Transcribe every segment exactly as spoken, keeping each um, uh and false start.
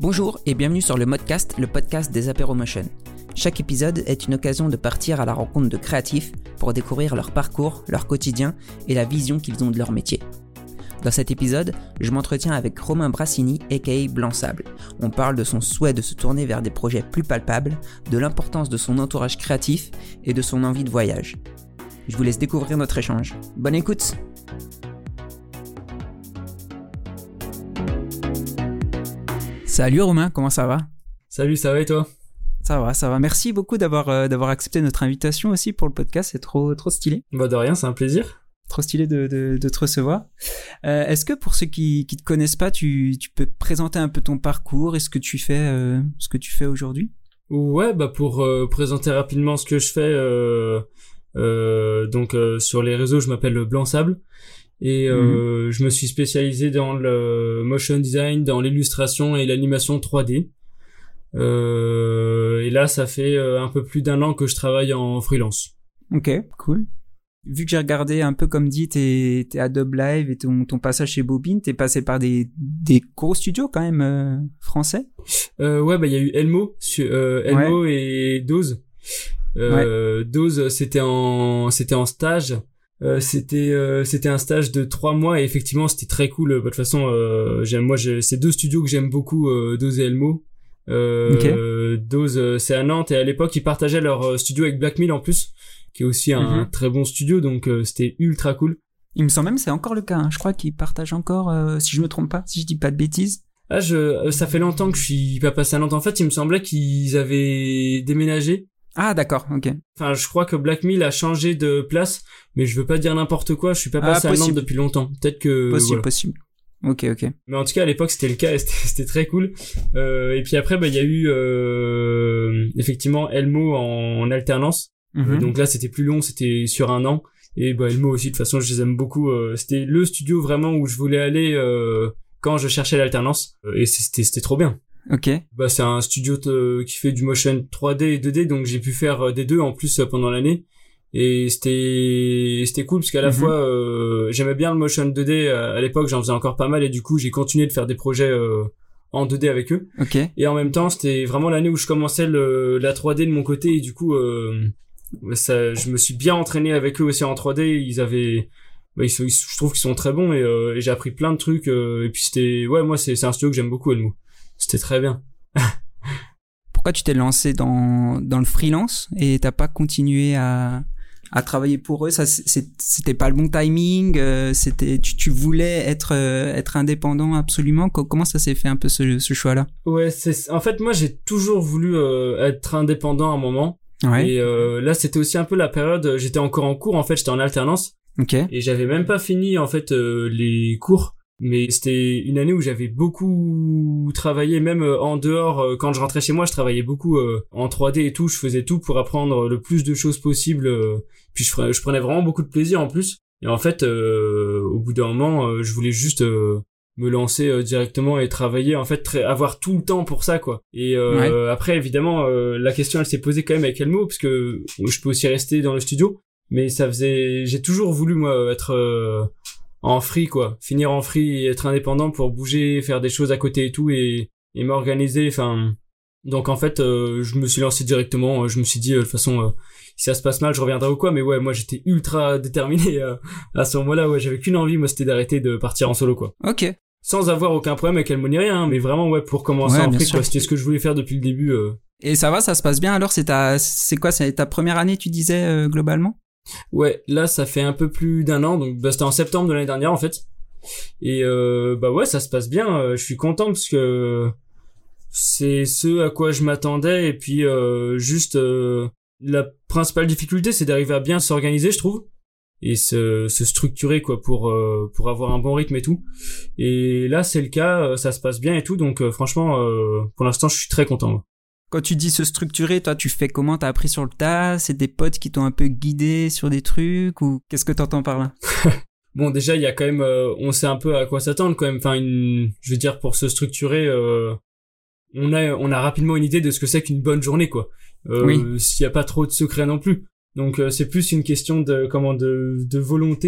Bonjour et bienvenue sur le Modcast, le podcast des Apéromotion. Chaque épisode est une occasion de partir à la rencontre de créatifs pour découvrir leur parcours, leur quotidien et la vision qu'ils ont de leur métier. Dans cet épisode, je m'entretiens avec Romain Brassini, aka Blanc Sable. On parle de son souhait de se tourner vers des projets plus palpables, de l'importance de son entourage créatif et de son envie de voyage. Je vous laisse découvrir notre échange. Bonne écoute! Salut Romain, comment ça va? Salut, ça va et toi? Ça va, ça va. Merci beaucoup d'avoir euh, d'avoir accepté notre invitation aussi pour le podcast, c'est trop trop stylé. Bah de rien, c'est un plaisir. Trop stylé de de, de te recevoir. Euh, est-ce que pour ceux qui qui te connaissent pas, tu tu peux présenter un peu ton parcours et ce que tu fais euh, ce que tu fais aujourd'hui? Ouais, bah pour euh, présenter rapidement ce que je fais, euh, euh, donc euh, sur les réseaux, je m'appelle Blanc Sable. Et euh, mmh. je me suis spécialisé dans le motion design, dans l'illustration et l'animation trois D. Euh, et là, ça fait un peu plus d'un an que je travaille en freelance. Ok, cool. Vu que j'ai regardé un peu comme dit tes, tes Adobe Live et ton, ton passage chez Bobine, t'es passé par des, des gros studios quand même euh, français. Euh, ouais, bah il y a eu Elmo, euh, Elmo ouais. et Dose. Euh, ouais. Dose, c'était en c'était en stage. Euh, c'était euh, c'était un stage de trois mois et effectivement c'était très cool. De toute façon, euh, j'aime moi j'ai, c'est deux studios que j'aime beaucoup, euh, Dose et Elmo. Euh, okay. Dose euh, c'est à Nantes et à l'époque ils partageaient leur studio avec Black Mill en plus, qui est aussi un mm-hmm. très bon studio, donc euh, c'était ultra cool. Il me semble même c'est encore le cas. Hein. Je crois qu'ils partagent encore, euh, si je me trompe pas, si je dis pas de bêtises. Ah je euh, ça fait longtemps que je suis pas passé à Nantes. En fait, il me semblait qu'ils avaient déménagé. Ah d'accord, ok. Enfin, je crois que Black Mill a changé de place, mais je veux pas dire n'importe quoi, je suis pas passé ah, à Nantes depuis longtemps. Peut-être que... Possible, voilà. possible. Ok, ok. Mais en tout cas, à l'époque, c'était le cas et c'était, c'était très cool. Euh, et puis après, bah, il y a eu, euh, effectivement, Elmo en, en alternance. Mm-hmm. Euh, donc là, c'était plus long, c'était sur un an. Et bah, Elmo aussi, de toute façon, je les aime beaucoup. Euh, c'était le studio vraiment où je voulais aller euh, quand je cherchais l'alternance. Et c'était, c'était trop bien. Ok. Bah c'est un studio t- qui fait du motion trois D et deux D, donc j'ai pu faire des deux en plus pendant l'année et c'était c'était cool parce qu'à la mm-hmm. fois euh, j'aimais bien le motion deux D à l'époque, j'en faisais encore pas mal et du coup j'ai continué de faire des projets euh, en deux D avec eux. Ok. Et en même temps c'était vraiment l'année où je commençais le la trois D de mon côté et du coup euh, ça je me suis bien entraîné avec eux aussi en trois D. Ils avaient bah, ils sont, ils, je trouve qu'ils sont très bons et, euh, et j'ai appris plein de trucs euh, et puis c'était ouais moi c'est c'est un studio que j'aime beaucoup, Elmo. C'était très bien. Pourquoi tu t'es lancé dans dans le freelance et t'as pas continué à à travailler pour eux? Ça c'est, c'était pas le bon timing. Euh, c'était tu tu voulais être euh, être indépendant absolument. Comment ça s'est fait un peu ce ce choix-là? Ouais, c'est en fait moi j'ai toujours voulu euh, être indépendant à un moment. Ouais. Et euh, là c'était aussi un peu la période. J'étais encore en cours en fait. J'étais en alternance. Ok. Et j'avais même pas fini en fait euh, les cours. Mais c'était une année où j'avais beaucoup travaillé, même en dehors, quand je rentrais chez moi, je travaillais beaucoup euh, en trois D et tout, je faisais tout pour apprendre le plus de choses possible, euh, puis je, je prenais vraiment beaucoup de plaisir en plus. Et en fait, euh, au bout d'un moment, euh, je voulais juste euh, me lancer euh, directement et travailler, en fait, très, avoir tout le temps pour ça, quoi. Et euh, ouais. Après, évidemment, euh, la question, elle s'est posée quand même avec Elmo, parce que je peux aussi rester dans le studio, mais ça faisait... J'ai toujours voulu, moi, être... Euh, en free quoi, finir en free et être indépendant pour bouger, faire des choses à côté et tout et et m'organiser, enfin donc en fait euh, je me suis lancé directement, je me suis dit euh, de toute façon euh, si ça se passe mal, je reviendrai ou quoi, mais ouais, moi j'étais ultra déterminé euh, à ce moment-là, ouais, j'avais qu'une envie, moi c'était d'arrêter de partir en solo quoi. OK. Sans avoir aucun problème avec Elmo ni rien, hein, mais vraiment ouais, pour commencer ouais, en free quoi, c'était ce que je voulais faire depuis le début euh. Et ça va, ça se passe bien alors, c'est ta c'est quoi, c'est ta première année tu disais euh, globalement? Ouais, là ça fait un peu plus d'un an, donc bah, c'était en septembre de l'année dernière en fait. Et euh, bah ouais, ça se passe bien, euh, je suis content parce que c'est ce à quoi je m'attendais et puis euh, juste euh, la principale difficulté c'est d'arriver à bien s'organiser, je trouve, et se, se structurer quoi pour euh, pour avoir un bon rythme et tout. Et là c'est le cas, ça se passe bien et tout, donc euh, franchement euh, pour l'instant je suis très content. Moi. Quand tu dis se structurer, toi, tu fais comment? T'as appris sur le tas? C'est des potes qui t'ont un peu guidé sur des trucs ou qu'est-ce que t'entends par là? Bon, déjà, il y a quand même, euh, on sait un peu à quoi s'attendre quand même. Enfin, une, je veux dire, pour se structurer, euh, on a, on a rapidement une idée de ce que c'est qu'une bonne journée, quoi. Euh, oui. S'il y a pas trop de secrets non plus. Donc, euh, c'est plus une question de, comment, de, de volonté.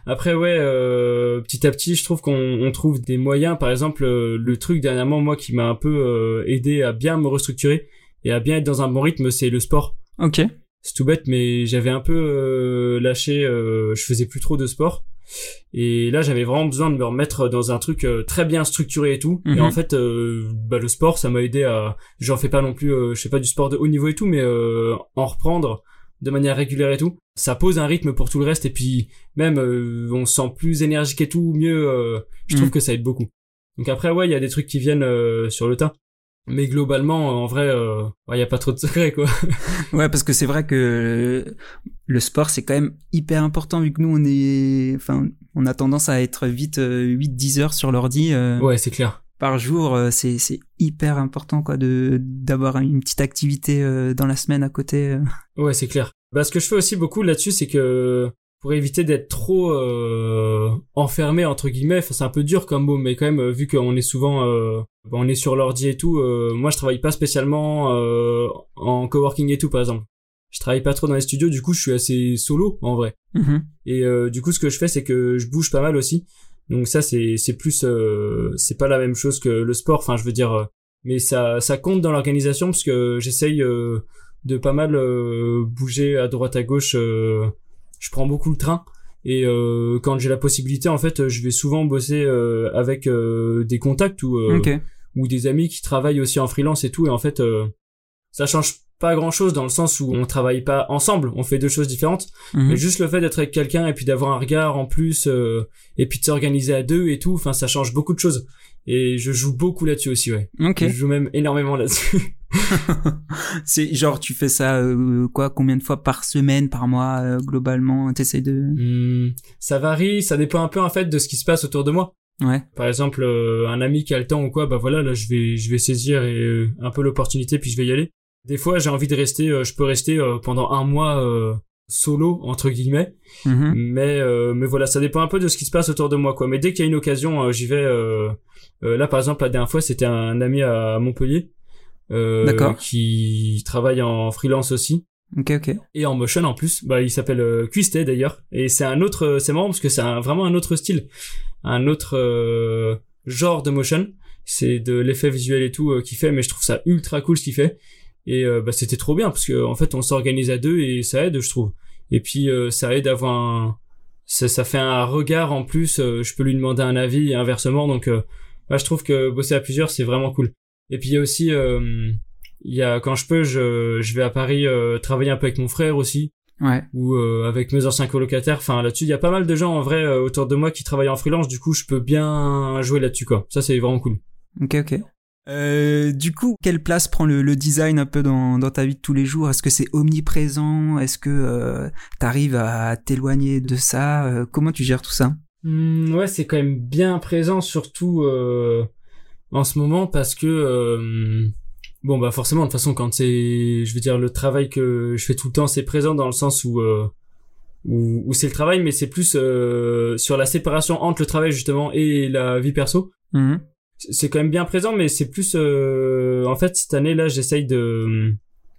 Après ouais, euh, petit à petit, je trouve qu'on on trouve des moyens. Par exemple, euh, le truc dernièrement, moi, qui m'a un peu euh, aidé à bien me restructurer et à bien être dans un bon rythme, c'est le sport. Ok. C'est tout bête, mais j'avais un peu euh, lâché. Euh, je faisais plus trop de sport. Et là, j'avais vraiment besoin de me remettre dans un truc euh, très bien structuré et tout. Mm-hmm. Et en fait, euh, bah, le sport, ça m'a aidé à... J'en fais pas non plus, euh, je fais pas du sport de haut niveau et tout, mais euh, en reprendre de manière régulière et tout, ça pose un rythme pour tout le reste. Et puis, même, euh, on se sent plus énergique et tout, mieux. Euh, je trouve mm. que ça aide beaucoup. Donc après, ouais, il y a des trucs qui viennent euh, sur le tas. Mais globalement, en vrai, il euh, ouais, y a pas trop de secrets, quoi. Ouais, parce que c'est vrai que le sport, c'est quand même hyper important vu que nous, on est, enfin, on a tendance à être vite euh, huit dix heures sur l'ordi. Euh, ouais, c'est clair. Par jour, euh, c'est c'est hyper important, quoi, de d'avoir une petite activité euh, dans la semaine à côté. Euh. Ouais, c'est clair. Bah, ce que je fais aussi beaucoup là-dessus, c'est que pour éviter d'être trop euh, enfermé entre guillemets, enfin, c'est un peu dur comme mot, mais quand même euh, vu qu'on est souvent euh, on est sur l'ordi et tout, euh, moi je travaille pas spécialement euh, en coworking et tout par exemple. Je travaille pas trop dans les studios, du coup je suis assez solo en vrai. Mm-hmm. Et euh, du coup ce que je fais c'est que je bouge pas mal aussi. Donc ça c'est c'est plus euh, c'est pas la même chose que le sport, enfin je veux dire euh, mais ça ça compte dans l'organisation parce que j'essaye euh, de pas mal euh, bouger à droite à gauche. Euh, je prends beaucoup le train et euh, quand j'ai la possibilité en fait je vais souvent bosser euh, avec euh, des contacts ou euh, okay. ou des amis qui travaillent aussi en freelance et tout, et en fait euh, ça change pas grand chose dans le sens où on travaille pas ensemble, on fait deux choses différentes. Mm-hmm. Mais juste le fait d'être avec quelqu'un et puis d'avoir un regard en plus euh, et puis de s'organiser à deux et tout, enfin ça change beaucoup de choses. Et je joue beaucoup là-dessus aussi, ouais. Okay. Je joue même énormément là-dessus. C'est genre tu fais ça euh, quoi, combien de fois par semaine, par mois, euh, globalement, t'essayes de... Mmh, ça varie, ça dépend un peu en fait de ce qui se passe autour de moi. Ouais. Par exemple, euh, un ami qui a le temps ou quoi, bah voilà, là je vais je vais saisir et, euh, un peu l'opportunité puis je vais y aller. Des fois, j'ai envie de rester, euh, je peux rester euh, pendant un mois euh, solo entre guillemets. Mm-hmm. Mais euh, mais voilà, ça dépend un peu de ce qui se passe autour de moi quoi. Mais dès qu'il y a une occasion, euh, j'y vais. Euh, euh, là par exemple, la dernière fois, c'était un ami à Montpellier euh, qui travaille en freelance aussi. Ok, ok. Et en motion en plus, bah il s'appelle euh, Quisté d'ailleurs. Et c'est un autre, c'est marrant parce que c'est un, vraiment un autre style, un autre euh, genre de motion. C'est de l'effet visuel et tout euh, qu'il fait, mais je trouve ça ultra cool ce qu'il fait. Et euh, bah c'était trop bien parce que en fait on s'organise à deux et ça aide, je trouve. Et puis euh, ça aide à avoir un, ça, ça fait un regard en plus. Euh, je peux lui demander un avis et inversement. Donc euh, bah, je trouve que bosser à plusieurs c'est vraiment cool. Et puis il y a aussi euh, il y a quand je peux je je vais à Paris euh, travailler un peu avec mon frère aussi. Ouais. Ou euh, avec mes anciens colocataires. Enfin là-dessus il y a pas mal de gens en vrai euh, autour de moi qui travaillent en freelance. Du coup je peux bien jouer là-dessus quoi. Ça c'est vraiment cool. Ok, ok. Euh, du coup, quelle place prend le, le design un peu dans, dans ta vie de tous les jours? Est-ce que c'est omniprésent? Est-ce que euh, t'arrives à t'éloigner de ça? euh, Comment tu gères tout ça? Mmh, ouais, c'est quand même bien présent, surtout euh, en ce moment, parce que euh, bon bah forcément de toute façon quand c'est, je veux dire, le travail que je fais tout le temps, c'est présent dans le sens où euh, où, où c'est le travail, mais c'est plus euh, sur la séparation entre le travail justement et la vie perso. Mmh. C'est quand même bien présent, mais c'est plus euh, en fait cette année là j'essaye de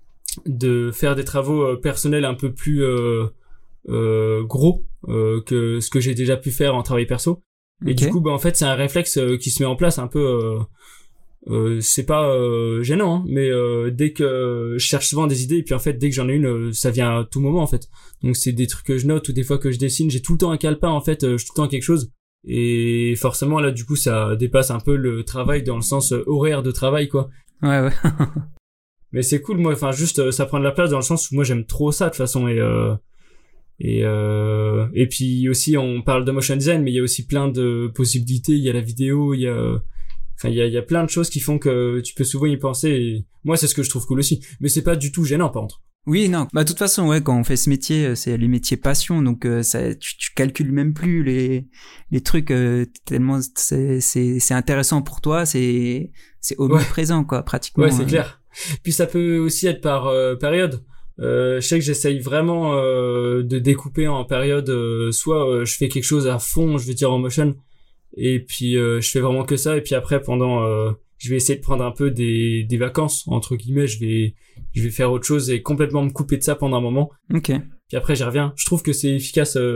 de faire des travaux euh, personnels un peu plus euh, euh, gros euh, que ce que j'ai déjà pu faire en travail perso. Et okay. Du coup bah en fait c'est un réflexe euh, qui se met en place un peu euh, euh, c'est pas euh, gênant hein, mais euh, dès que je cherche souvent des idées et puis en fait dès que j'en ai une euh, ça vient à tout moment en fait. Donc c'est des trucs que je note ou des fois que je dessine, j'ai tout le temps un calepin en fait, euh, j'ai tout le temps quelque chose. Et forcément là du coup ça dépasse un peu le travail dans le sens euh, horaire de travail quoi. Ouais ouais. Mais c'est cool moi, enfin juste euh, ça prend de la place dans le sens où moi j'aime trop ça de toute façon et euh, et euh, et puis aussi on parle de motion design mais il y a aussi plein de possibilités, il y a la vidéo, il y a enfin il y a il y a plein de choses qui font que tu peux souvent y penser et moi c'est ce que je trouve cool aussi. Mais c'est pas du tout gênant par contre. Oui, non. Bah, de toute façon, ouais, quand on fait ce métier, c'est les métiers passion, donc euh, ça, tu, tu calcules même plus les les trucs euh, tellement c'est c'est c'est intéressant pour toi, c'est c'est omniprésent ouais. quoi, pratiquement. Ouais, c'est euh... clair. Puis ça peut aussi être par euh, période. Euh, je sais que j'essaye vraiment euh, de découper en période. Euh, soit euh, je fais quelque chose à fond, je veux dire en motion, et puis euh, je fais vraiment que ça, et puis après pendant euh, je vais essayer de prendre un peu des des vacances entre guillemets, je vais je vais faire autre chose et complètement me couper de ça pendant un moment. OK. Puis après j'y reviens. Je trouve que c'est efficace euh,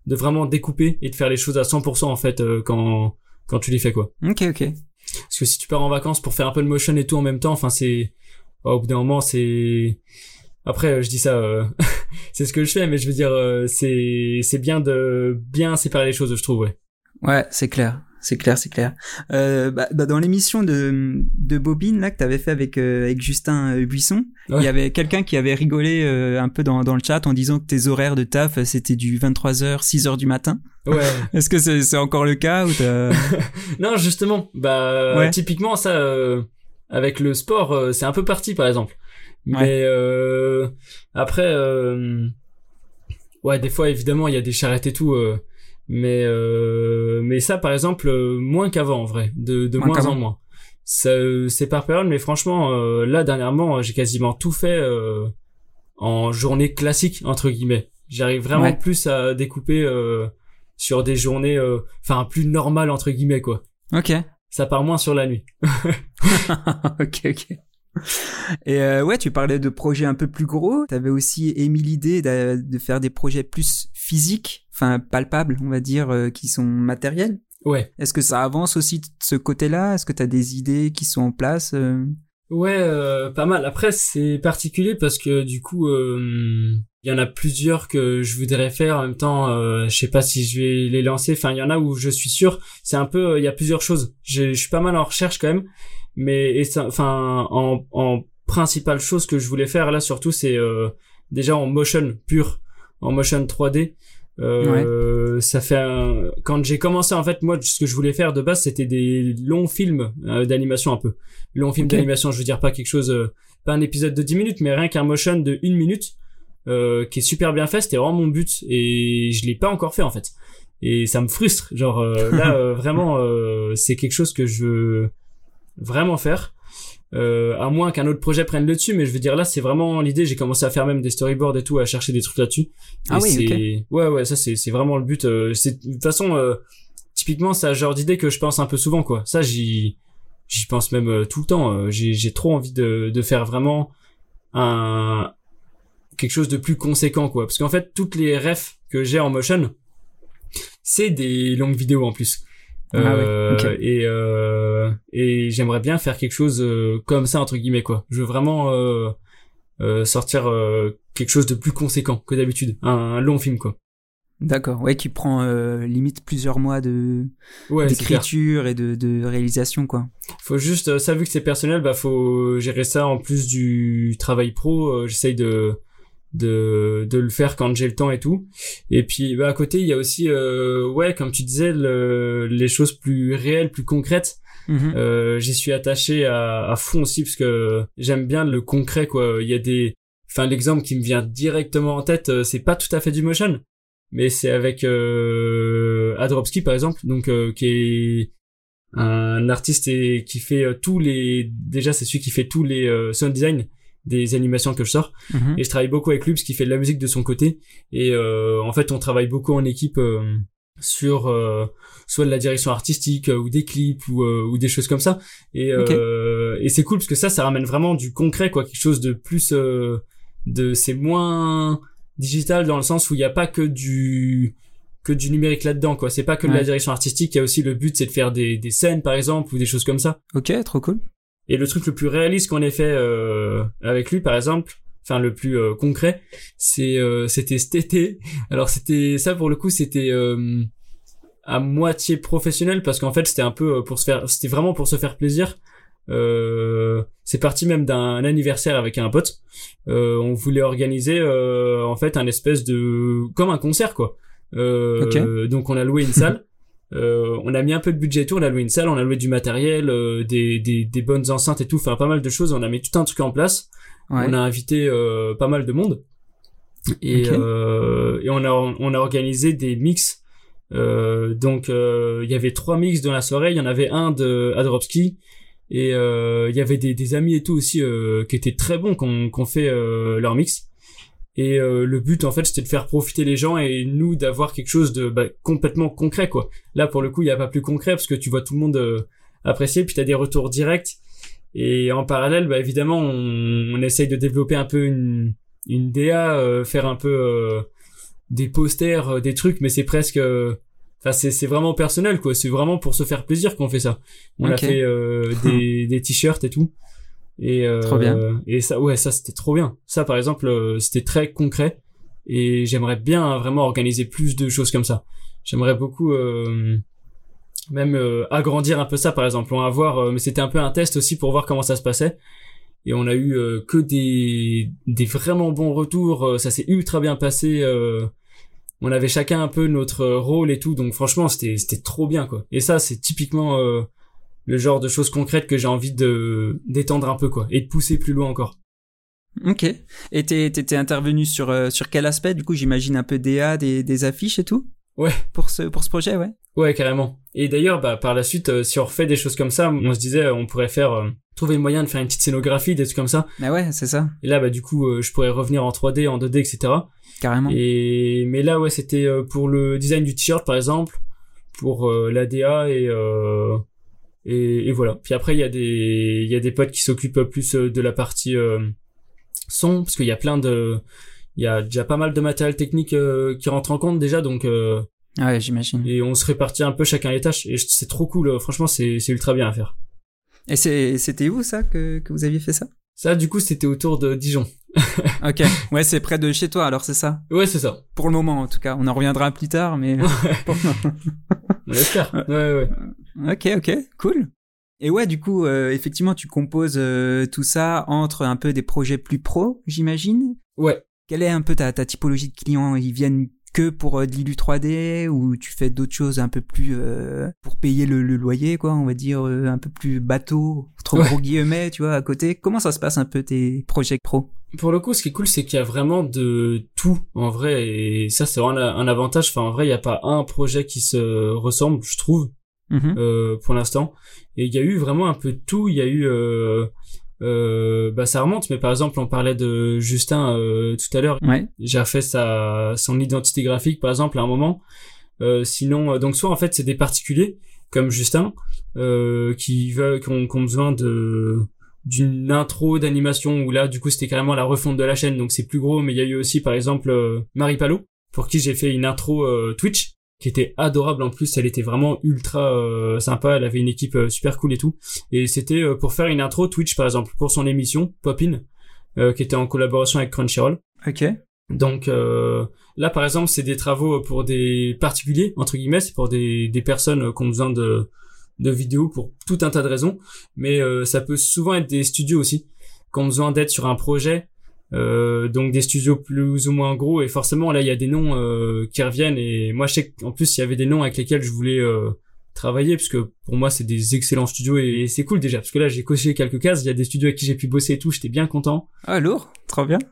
de vraiment découper et de faire les choses à cent pour cent en fait euh, quand quand tu les fais quoi. Ok, ok. Parce que si tu pars en vacances pour faire un peu de motion et tout en même temps, enfin c'est oh, au bout d'un moment c'est après je dis ça euh... c'est ce que je fais, mais je veux dire euh, c'est c'est bien de bien séparer les choses, je trouve. Ouais. Ouais, c'est clair. C'est clair, c'est clair. Euh, bah, bah dans l'émission de de Bobine là que t'avais fait avec euh, avec Justin euh, Buisson, ouais. Il y avait quelqu'un qui avait rigolé euh, un peu dans dans le chat en disant que tes horaires de taf c'était du vingt-trois heures six heures du matin. Ouais. Est-ce que c'est c'est encore le cas ou t'as... Non, justement, bah ouais. Typiquement ça euh, avec le sport, euh, c'est un peu parti par exemple. Mais ouais. euh, après euh, ouais, des fois évidemment, il y a des charrettes et tout euh, mais euh, mais ça par exemple euh, moins qu'avant en vrai, de de moins, moins en moins. Ça euh, c'est par période, mais franchement euh, là dernièrement, j'ai quasiment tout fait euh, en journée classique entre guillemets. J'arrive vraiment ouais. plus à découper euh, sur des journées enfin euh, plus normales entre guillemets quoi. OK. Ça part moins sur la nuit. OK, OK. Et euh, ouais, tu parlais de projets un peu plus gros. T'avais aussi émis l'idée de, de faire des projets plus physiques, enfin palpables, on va dire, euh, qui sont matériels. Ouais. Est-ce que ça avance aussi de ce côté-là? Est-ce que t'as des idées qui sont en place euh... Ouais, euh, pas mal. Après, c'est particulier parce que du coup, il euh, y en a plusieurs que je voudrais faire en même temps. Euh, je sais pas si je vais les lancer. Enfin, il y en a où je suis sûr. C'est un peu, il y a plusieurs choses. Je suis pas mal en recherche quand même. Mais et ça, enfin en en principale chose que je voulais faire là surtout c'est euh, déjà en motion pur, en motion trois D. Euh, ouais. Ça fait un... quand j'ai commencé en fait moi ce que je voulais faire de base c'était des longs films euh, d'animation un peu longs films okay. d'animation, je veux dire pas quelque chose euh, pas un épisode de dix minutes mais rien qu'un motion de une minute euh, qui est super bien fait. C'était vraiment mon but et je l'ai pas encore fait en fait et ça me frustre genre euh, là euh, vraiment euh, c'est quelque chose que je veux vraiment faire euh, à moins qu'un autre projet prenne le dessus, mais je veux dire là c'est vraiment l'idée. J'ai commencé à faire même des storyboards et tout, à chercher des trucs là-dessus. Ah et oui, c'est... ok. Ouais ouais, ça c'est c'est vraiment le but. Euh, c'est de toute façon euh, typiquement c'est un genre d'idée que je pense un peu souvent quoi. Ça j'y j'y pense même euh, tout le temps. Euh, j'ai j'ai trop envie de de faire vraiment un quelque chose de plus conséquent quoi, parce qu'en fait toutes les refs que j'ai en motion c'est des longues vidéos en plus. Ah euh, ouais, okay. et euh, et j'aimerais bien faire quelque chose euh, comme ça entre guillemets quoi. Je veux vraiment euh, euh, sortir euh, quelque chose de plus conséquent que d'habitude, un, un long film quoi. D'accord, ouais, qui prend euh, limite plusieurs mois de ouais, d'écriture et de de réalisation quoi. Faut juste euh, ça vu que c'est personnel, bah faut gérer ça en plus du travail pro. Euh, j'essaye de de de le faire quand j'ai le temps et tout. Et puis bah à côté il y a aussi euh, ouais comme tu disais le, les choses plus réelles, plus concrètes. Mm-hmm. Euh, j'y suis attaché à, à fond aussi parce que j'aime bien le concret quoi. Il y a des enfin l'exemple qui me vient directement en tête, c'est pas tout à fait du motion mais c'est avec euh, Adrobski par exemple, donc euh, qui est un artiste et qui fait euh, tous les déjà c'est celui qui fait tous les euh, sound design des animations que je sors. Mmh. Et je travaille beaucoup avec lui parce qu'il fait de la musique de son côté et euh, en fait on travaille beaucoup en équipe euh, sur euh, soit de la direction artistique euh, ou des clips ou euh, ou des choses comme ça et okay. euh, et c'est cool parce que ça ça ramène vraiment du concret quoi, quelque chose de plus euh, de c'est moins digital dans le sens où il y a pas que du que du numérique là-dedans quoi, c'est pas que de ouais. la direction artistique, il y a aussi le but c'est de faire des des scènes par exemple ou des choses comme ça. OK, trop cool. Et le truc le plus réaliste qu'on ait fait euh, avec lui, par exemple, enfin le plus euh, concret, c'est euh, c'était cet été. Alors c'était ça pour le coup, c'était euh, à moitié professionnel parce qu'en fait c'était un peu pour se faire, c'était vraiment pour se faire plaisir. Euh, c'est parti même d'un anniversaire avec un pote. Euh, on voulait organiser euh, en fait un espèce de comme un concert quoi. Euh, okay. Donc on a loué une salle. Euh, on a mis un peu de budget et tout, on a loué une salle, on a loué du matériel, euh, des, des, des bonnes enceintes et tout, enfin pas mal de choses, on a mis tout un truc en place. Ouais. On a invité euh, pas mal de monde et, okay. euh, et on a on a organisé des mix. Euh, donc il euh, y avait trois mix dans la soirée, il y en avait un de Adrobski et il euh, y avait des, des amis et tout aussi euh, qui étaient très bons, qu'on qu'on fait euh, leur mix. Et euh, le but en fait c'était de faire profiter les gens et nous d'avoir quelque chose de bah, complètement concret quoi. Là pour le coup il y a pas plus concret parce que tu vois tout le monde euh, apprécier, puis t'as des retours directs et en parallèle bah évidemment on, on essaye de développer un peu une une D A, euh, faire un peu euh, des posters, des trucs, mais c'est presque, enfin euh, c'est c'est vraiment personnel quoi. C'est vraiment pour se faire plaisir qu'on fait ça. On okay. a fait euh, des des t-shirts et tout. Et euh, trop bien. Et ça, ouais, ça c'était trop bien. Ça par exemple, euh, c'était très concret. Et j'aimerais bien hein, vraiment organiser plus de choses comme ça. J'aimerais beaucoup euh, même euh, agrandir un peu ça par exemple. On va voir, euh, mais c'était un peu un test aussi pour voir comment ça se passait. Et on a eu euh, que des des vraiment bons retours. Euh, ça s'est ultra bien passé. Euh, on avait chacun un peu notre rôle et tout. Donc franchement, c'était c'était trop bien quoi. Et ça, c'est typiquement euh, le genre de choses concrètes que j'ai envie de d'étendre un peu quoi, et de pousser plus loin encore. Ok. Et t'es t'étais intervenu sur euh, sur quel aspect du coup? J'imagine un peu D A, des des affiches et tout. Ouais. Pour ce pour ce projet, ouais. Ouais, carrément. Et d'ailleurs, bah par la suite, euh, si on refait des choses comme ça, on se disait, on pourrait faire euh, trouver le moyen de faire une petite scénographie, des trucs comme ça. Ah ouais, c'est ça. Et là, bah du coup, euh, je pourrais revenir en trois D, en deux D, et cetera. Carrément. Et mais là, ouais, c'était euh, pour le design du t-shirt, par exemple, pour euh, la D A et euh, et, et voilà. Puis après, il y a des il y a des potes qui s'occupent plus euh, de la partie euh, son, parce qu'il y a plein de il y a déjà pas mal de matériel technique euh, qui rentre en compte déjà, donc euh, ouais, j'imagine. Et on se répartit un peu chacun les tâches, et c'est trop cool. Franchement, c'est c'est ultra bien à faire. Et c'est c'était où ça que que vous aviez fait ça? Ça, du coup, c'était autour de Dijon. Ok. Ouais, c'est près de chez toi, alors c'est ça? Ouais, c'est ça. Pour le moment, en tout cas. On en reviendra plus tard, mais. On espère. Ouais, ouais. Ok, ok, cool. Et ouais, du coup, euh, effectivement, tu composes euh, tout ça entre un peu des projets plus pro, j'imagine. Ouais. Quelle est un peu ta ta typologie de clients? Ils viennent que pour euh, de l'illu trois D, ou tu fais d'autres choses un peu plus euh, pour payer le, le loyer, quoi, on va dire euh, un peu plus bateau, trop ouais. Gros guillemets, tu vois, à côté. Comment ça se passe un peu tes projets pro? Pour le coup, ce qui est cool, c'est qu'il y a vraiment de tout en vrai, et ça c'est vraiment un avantage. Enfin, en vrai, il y a pas un projet qui se ressemble, je trouve, mm-hmm. euh, pour l'instant. Et il y a eu vraiment un peu de tout. Il y a eu euh, Euh, bah ça remonte, mais par exemple on parlait de Justin euh, tout à l'heure. Ouais. J'ai fait sa son identité graphique par exemple à un moment. Euh, sinon euh, donc soit en fait c'est des particuliers comme Justin euh, qui veulent qui ont, qui ont besoin de d'une intro d'animation, où là du coup c'était carrément la refonte de la chaîne, donc c'est plus gros. Mais il y a eu aussi par exemple euh, Marie Palot pour qui j'ai fait une intro euh, Twitch qui était adorable en plus. Elle était vraiment ultra euh, sympa, elle avait une équipe euh, super cool et tout, et c'était euh, pour faire une intro Twitch par exemple pour son émission Pop-In euh, qui était en collaboration avec Crunchyroll. Ok. Donc euh, là par exemple c'est des travaux pour des particuliers entre guillemets, c'est pour des des personnes qui ont besoin de de vidéos pour tout un tas de raisons, mais euh, ça peut souvent être des studios aussi qui ont besoin d'aide sur un projet. Euh, donc des studios plus ou moins gros, et forcément là il y a des noms euh, qui reviennent, et moi je sais qu'en plus il y avait des noms avec lesquels je voulais euh, travailler, parce que pour moi c'est des excellents studios, et, et c'est cool déjà parce que là j'ai coché quelques cases, il y a des studios avec qui j'ai pu bosser et tout, j'étais bien content. Ah lourd, trop bien.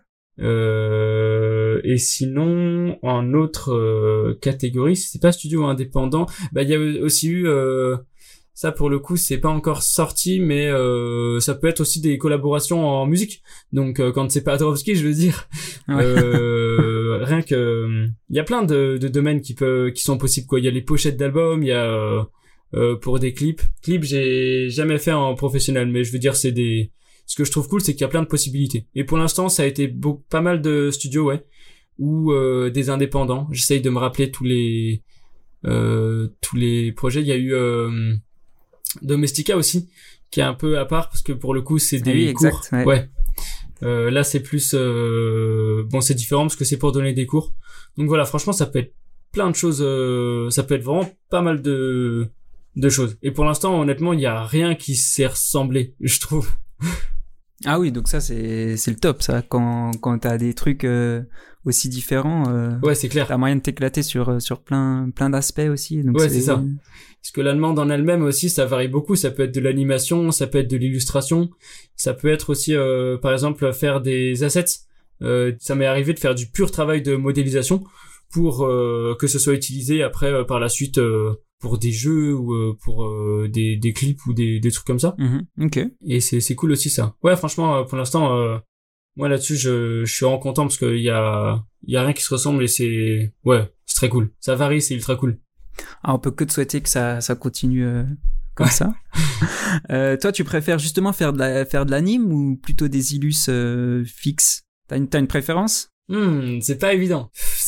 Euh, et sinon en autre euh, catégorie, si c'est pas studio indépendant, bah il y a aussi eu euh, ça pour le coup c'est pas encore sorti, mais euh, ça peut être aussi des collaborations en musique. Donc euh, quand c'est pas Adrovski, je veux dire, ouais. euh, rien que il y a plein de, de domaines qui peuvent qui sont possibles quoi. Il y a les pochettes d'albums, il y a euh, euh, pour des clips. Clips j'ai jamais fait en professionnel, mais je veux dire c'est des. Ce que je trouve cool, c'est qu'il y a plein de possibilités. Et pour l'instant, ça a été beaucoup, pas mal de studios, ouais, ou euh, des indépendants. J'essaye de me rappeler tous les euh, tous les projets. Il y a eu euh, Domestika aussi, qui est un peu à part parce que pour le coup c'est des oui, cours. Exact, ouais. ouais. Euh, là c'est plus euh, bon, c'est différent parce que c'est pour donner des cours. Donc voilà, franchement ça peut être plein de choses. Euh, ça peut être vraiment pas mal de de choses. Et pour l'instant honnêtement il y a rien qui s'est ressemblé, je trouve. Ah oui, donc ça c'est c'est le top ça, quand quand t'as des trucs euh, aussi différents. Euh, ouais, c'est clair. T'as moyen de t'éclater sur sur plein plein d'aspects aussi. Donc ouais, c'est... c'est ça. Parce que la demande en elle-même aussi, ça varie beaucoup. Ça peut être de l'animation, ça peut être de l'illustration, ça peut être aussi, euh, par exemple, faire des assets. Euh, ça m'est arrivé de faire du pur travail de modélisation pour euh, que ce soit utilisé après euh, par la suite euh, pour des jeux ou euh, pour euh, des des clips ou des des trucs comme ça. Mmh, ok. Et c'est c'est cool aussi ça. Ouais, franchement, pour l'instant, euh, moi là-dessus, je je suis vraiment content parce que il y a il y a rien qui se ressemble, et c'est ouais, c'est très cool. Ça varie, c'est ultra cool. Ah, on peut que te souhaiter que ça ça continue euh, comme ouais. ça. euh, toi, tu préfères justement faire de la faire de l'anime ou plutôt des illus euh, fixes? T'as une t'as une préférence? Hmm, c'est pas évident.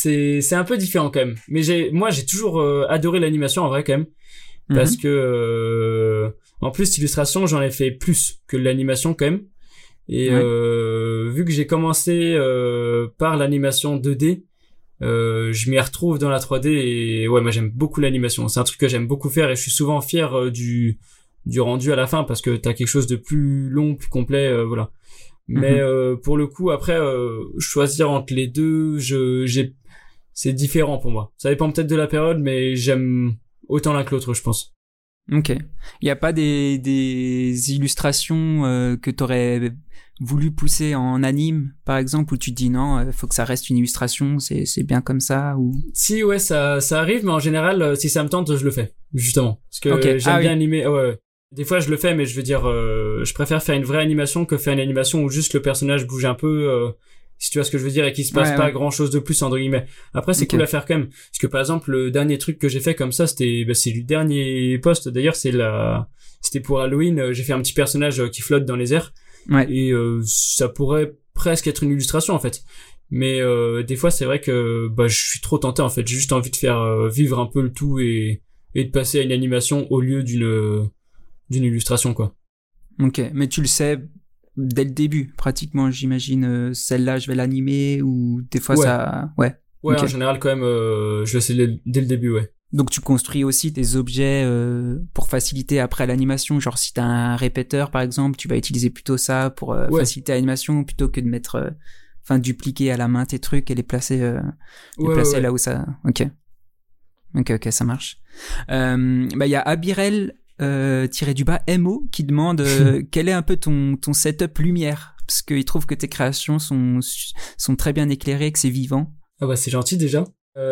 c'est c'est un peu différent quand même. Mais j'ai moi j'ai toujours euh, adoré l'animation en vrai quand même parce mm-hmm. que euh, en plus l'illustration j'en ai fait plus que l'animation quand même. Et ouais. euh, vu que j'ai commencé euh, par l'animation deux D, euh, je m'y retrouve dans la trois D et ouais, moi j'aime beaucoup l'animation. C'est un truc que j'aime beaucoup faire et je suis souvent fier euh, du du rendu à la fin parce que t'as quelque chose de plus long, plus complet, euh, voilà. Mais mm-hmm. euh, pour le coup, après euh, choisir entre les deux, je j'ai c'est différent pour moi. Ça dépend peut-être de la période, mais j'aime autant l'un que l'autre, je pense. Ok. Il y a pas des des illustrations euh, que t'aurais voulu pousser en anime, par exemple, où tu te dis non, euh, faut que ça reste une illustration, c'est c'est bien comme ça ou. Si ouais, ça ça arrive, mais en général, euh, si ça me tente, je le fais justement, parce que okay. j'aime ah, bien oui. animer. Ouais, ouais. Des fois, je le fais, mais je veux dire, euh, je préfère faire une vraie animation que faire une animation où juste le personnage bouge un peu. Euh, si tu vois ce que je veux dire, et qu'il se passe ouais, pas ouais. grand chose de plus, entre guillemets. Après, c'est okay. cool à faire quand même. Parce que, par exemple, le dernier truc que j'ai fait comme ça, c'était, bah, c'est le dernier post. D'ailleurs, c'est la, c'était pour Halloween. J'ai fait un petit personnage qui flotte dans les airs. Ouais. Et, euh, ça pourrait presque être une illustration, en fait. Mais, euh, des fois, c'est vrai que, bah, je suis trop tenté, en fait. J'ai juste envie de faire euh, vivre un peu le tout et, et de passer à une animation au lieu d'une, d'une illustration, quoi. Ok. Mais tu le sais, dès le début, pratiquement, j'imagine, euh, celle-là, je vais l'animer, ou des fois ouais. ça... Ouais, ouais okay. En général, quand même, euh, je le sais dès le début, ouais. Donc, tu construis aussi des objets euh, pour faciliter après l'animation, genre si t'as un répéteur, par exemple, tu vas utiliser plutôt ça pour euh, ouais. faciliter l'animation, plutôt que de mettre... Euh, enfin, dupliquer à la main tes trucs et les placer, euh, les ouais, placer ouais. là où ça... Ok. Ok, ok, ça marche. Euh, bah, il y a Abirel... Euh, tiré du bas M O qui demande euh, quel est un peu ton ton setup lumière, parce qu'il trouve que tes créations sont sont très bien éclairées, que c'est vivant. Ah bah c'est gentil déjà.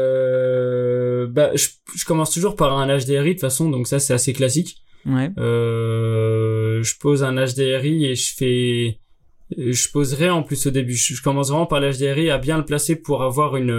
Euh, bah je, je commence toujours par un H D R I de toute façon, donc ça c'est assez classique. Ouais. Euh, je pose un H D R I et je fais je poserai en plus au début. Je, je commence vraiment par l'H D R I à bien le placer pour avoir une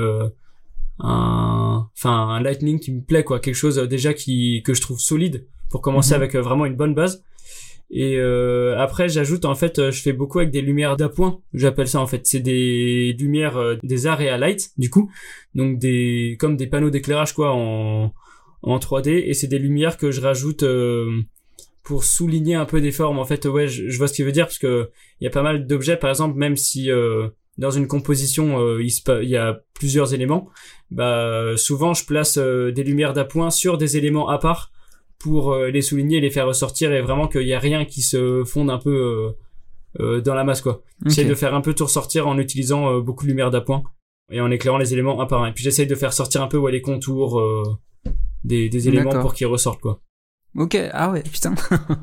un enfin un lightning qui me plaît, quoi, quelque chose déjà qui que je trouve solide pour commencer mm-hmm. avec euh, vraiment une bonne base. Et euh, après j'ajoute en fait euh, je fais beaucoup avec des lumières d'appoint, j'appelle ça en fait, c'est des lumières euh, des area light du coup, donc des comme des panneaux d'éclairage quoi en en trois D, et c'est des lumières que je rajoute euh, pour souligner un peu des formes en fait. Ouais, je, je vois ce qu'il veut dire, parce que il y a pas mal d'objets par exemple, même si euh, dans une composition euh, il, se, il y a plusieurs éléments, bah souvent je place euh, des lumières d'appoint sur des éléments à part pour euh, les souligner, les faire ressortir, et vraiment qu'il y a rien qui se fonde un peu euh, euh, dans la masse, quoi. Okay. J'essaie de faire un peu tout ressortir en utilisant euh, beaucoup de lumière d'appoint et en éclairant les éléments un par un. Et puis j'essaie de faire sortir un peu ouais, les contours euh, des, des éléments D'accord. pour qu'ils ressortent, quoi. Ok, ah ouais, putain.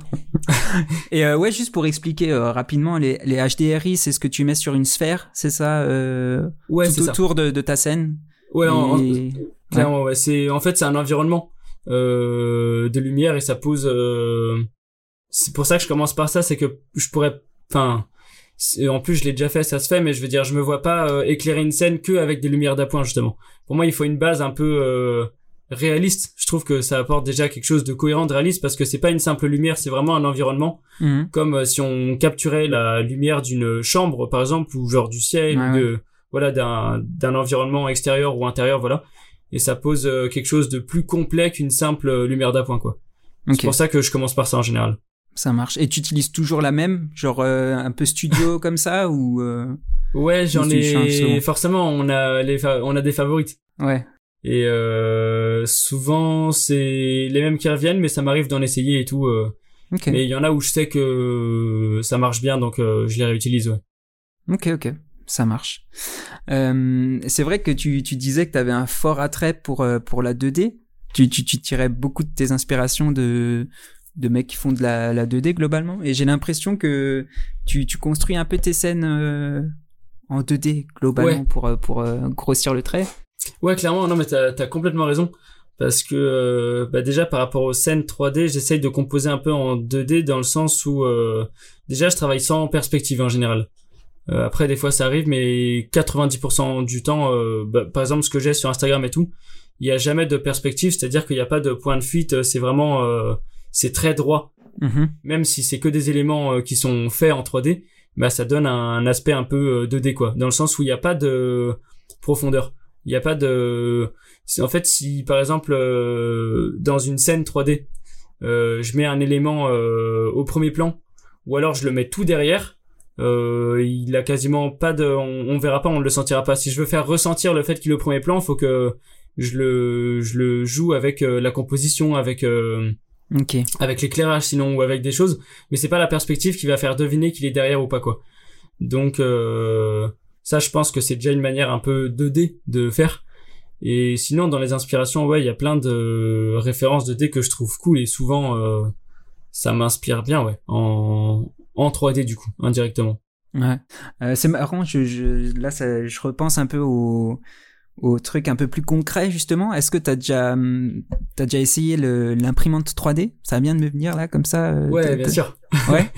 Et euh, ouais, juste pour expliquer euh, rapidement, les, les H D R I, c'est ce que tu mets sur une sphère, c'est ça euh, ouais, tout c'est autour ça. De, de ta scène. Ouais, et... en, en, clairement, ouais. ouais. C'est, en fait, c'est un environnement euh, de lumière, et ça pose... Euh, c'est pour ça que je commence par ça, c'est que je pourrais... Enfin, en plus, je l'ai déjà fait, ça se fait, mais je veux dire, je me vois pas euh, éclairer une scène que avec des lumières d'appoint, justement. Pour moi, il faut une base un peu... Euh, réaliste. Je trouve que ça apporte déjà quelque chose de cohérent, de réaliste, parce que c'est pas une simple lumière, c'est vraiment un environnement. Mmh. Comme euh, si on capturait la lumière d'une chambre, par exemple, ou genre du ciel, ouais, ou de, ouais. voilà, d'un, d'un environnement extérieur ou intérieur, voilà. Et ça pose euh, quelque chose de plus complet qu'une simple euh, lumière d'appoint, quoi. Okay. C'est pour ça que je commence par ça en général. Ça marche. Et tu utilises toujours la même, genre euh, un peu studio comme ça, ou euh... Ouais, j'en ai. Forcément, on a les, fa... on a des favorites. Ouais. Et euh, souvent c'est les mêmes qui reviennent, mais ça m'arrive d'en essayer et tout. Euh. Okay. Mais il y en a où je sais que ça marche bien, donc euh, je les réutilise. Ouais. Ok, ok, ça marche. Euh, c'est vrai que tu tu disais que t'avais un fort attrait pour euh, pour la deux D. Tu tu tu tirais beaucoup de tes inspirations de de mecs qui font de la la deux D globalement. Et j'ai l'impression que tu tu construis un peu tes scènes euh, en deux D globalement, ouais. pour pour euh, grossir le trait. Ouais, clairement, non, mais t'as, t'as complètement raison. Parce que, euh, bah, déjà, par rapport aux scènes trois D, j'essaye de composer un peu en deux D, dans le sens où, euh, déjà, je travaille sans perspective, en général. Euh, après, des fois, ça arrive, mais quatre-vingt-dix pour cent du temps, euh, bah, par exemple, ce que j'ai sur Instagram et tout, il y a jamais de perspective, c'est-à-dire qu'il n'y a pas de point de fuite, c'est vraiment, euh, c'est très droit. Mm-hmm. Même si c'est que des éléments euh, qui sont faits en trois D, bah, ça donne un, un aspect un peu euh, deux D, quoi. Dans le sens où il n'y a pas de profondeur. Il y a pas de c'est, en fait si par exemple euh, dans une scène trois D euh, je mets un élément euh, au premier plan ou alors je le mets tout derrière, euh, il a quasiment pas de on, on verra pas, on le sentira pas. Si je veux faire ressentir le fait qu'il est au premier plan, faut que je le je le joue avec euh, la composition, avec euh, Ok. avec l'éclairage sinon, ou avec des choses, mais c'est pas la perspective qui va faire deviner qu'il est derrière ou pas, quoi. Donc euh, ça, je pense que c'est déjà une manière un peu deux D de faire. Et sinon, dans les inspirations, ouais, il y a plein de références deux D que je trouve cool, et souvent euh, ça m'inspire bien, ouais, en en trois D du coup, indirectement. Ouais. Euh, c'est marrant, je, je, là, ça, je repense un peu au, au truc un peu plus concret, justement. Est-ce que t'as déjà, hum, t'as déjà essayé le, l'imprimante trois D? Ça vient de me venir, là, comme ça. Euh, Ouais, t'as, bien t'as... sûr. Ouais.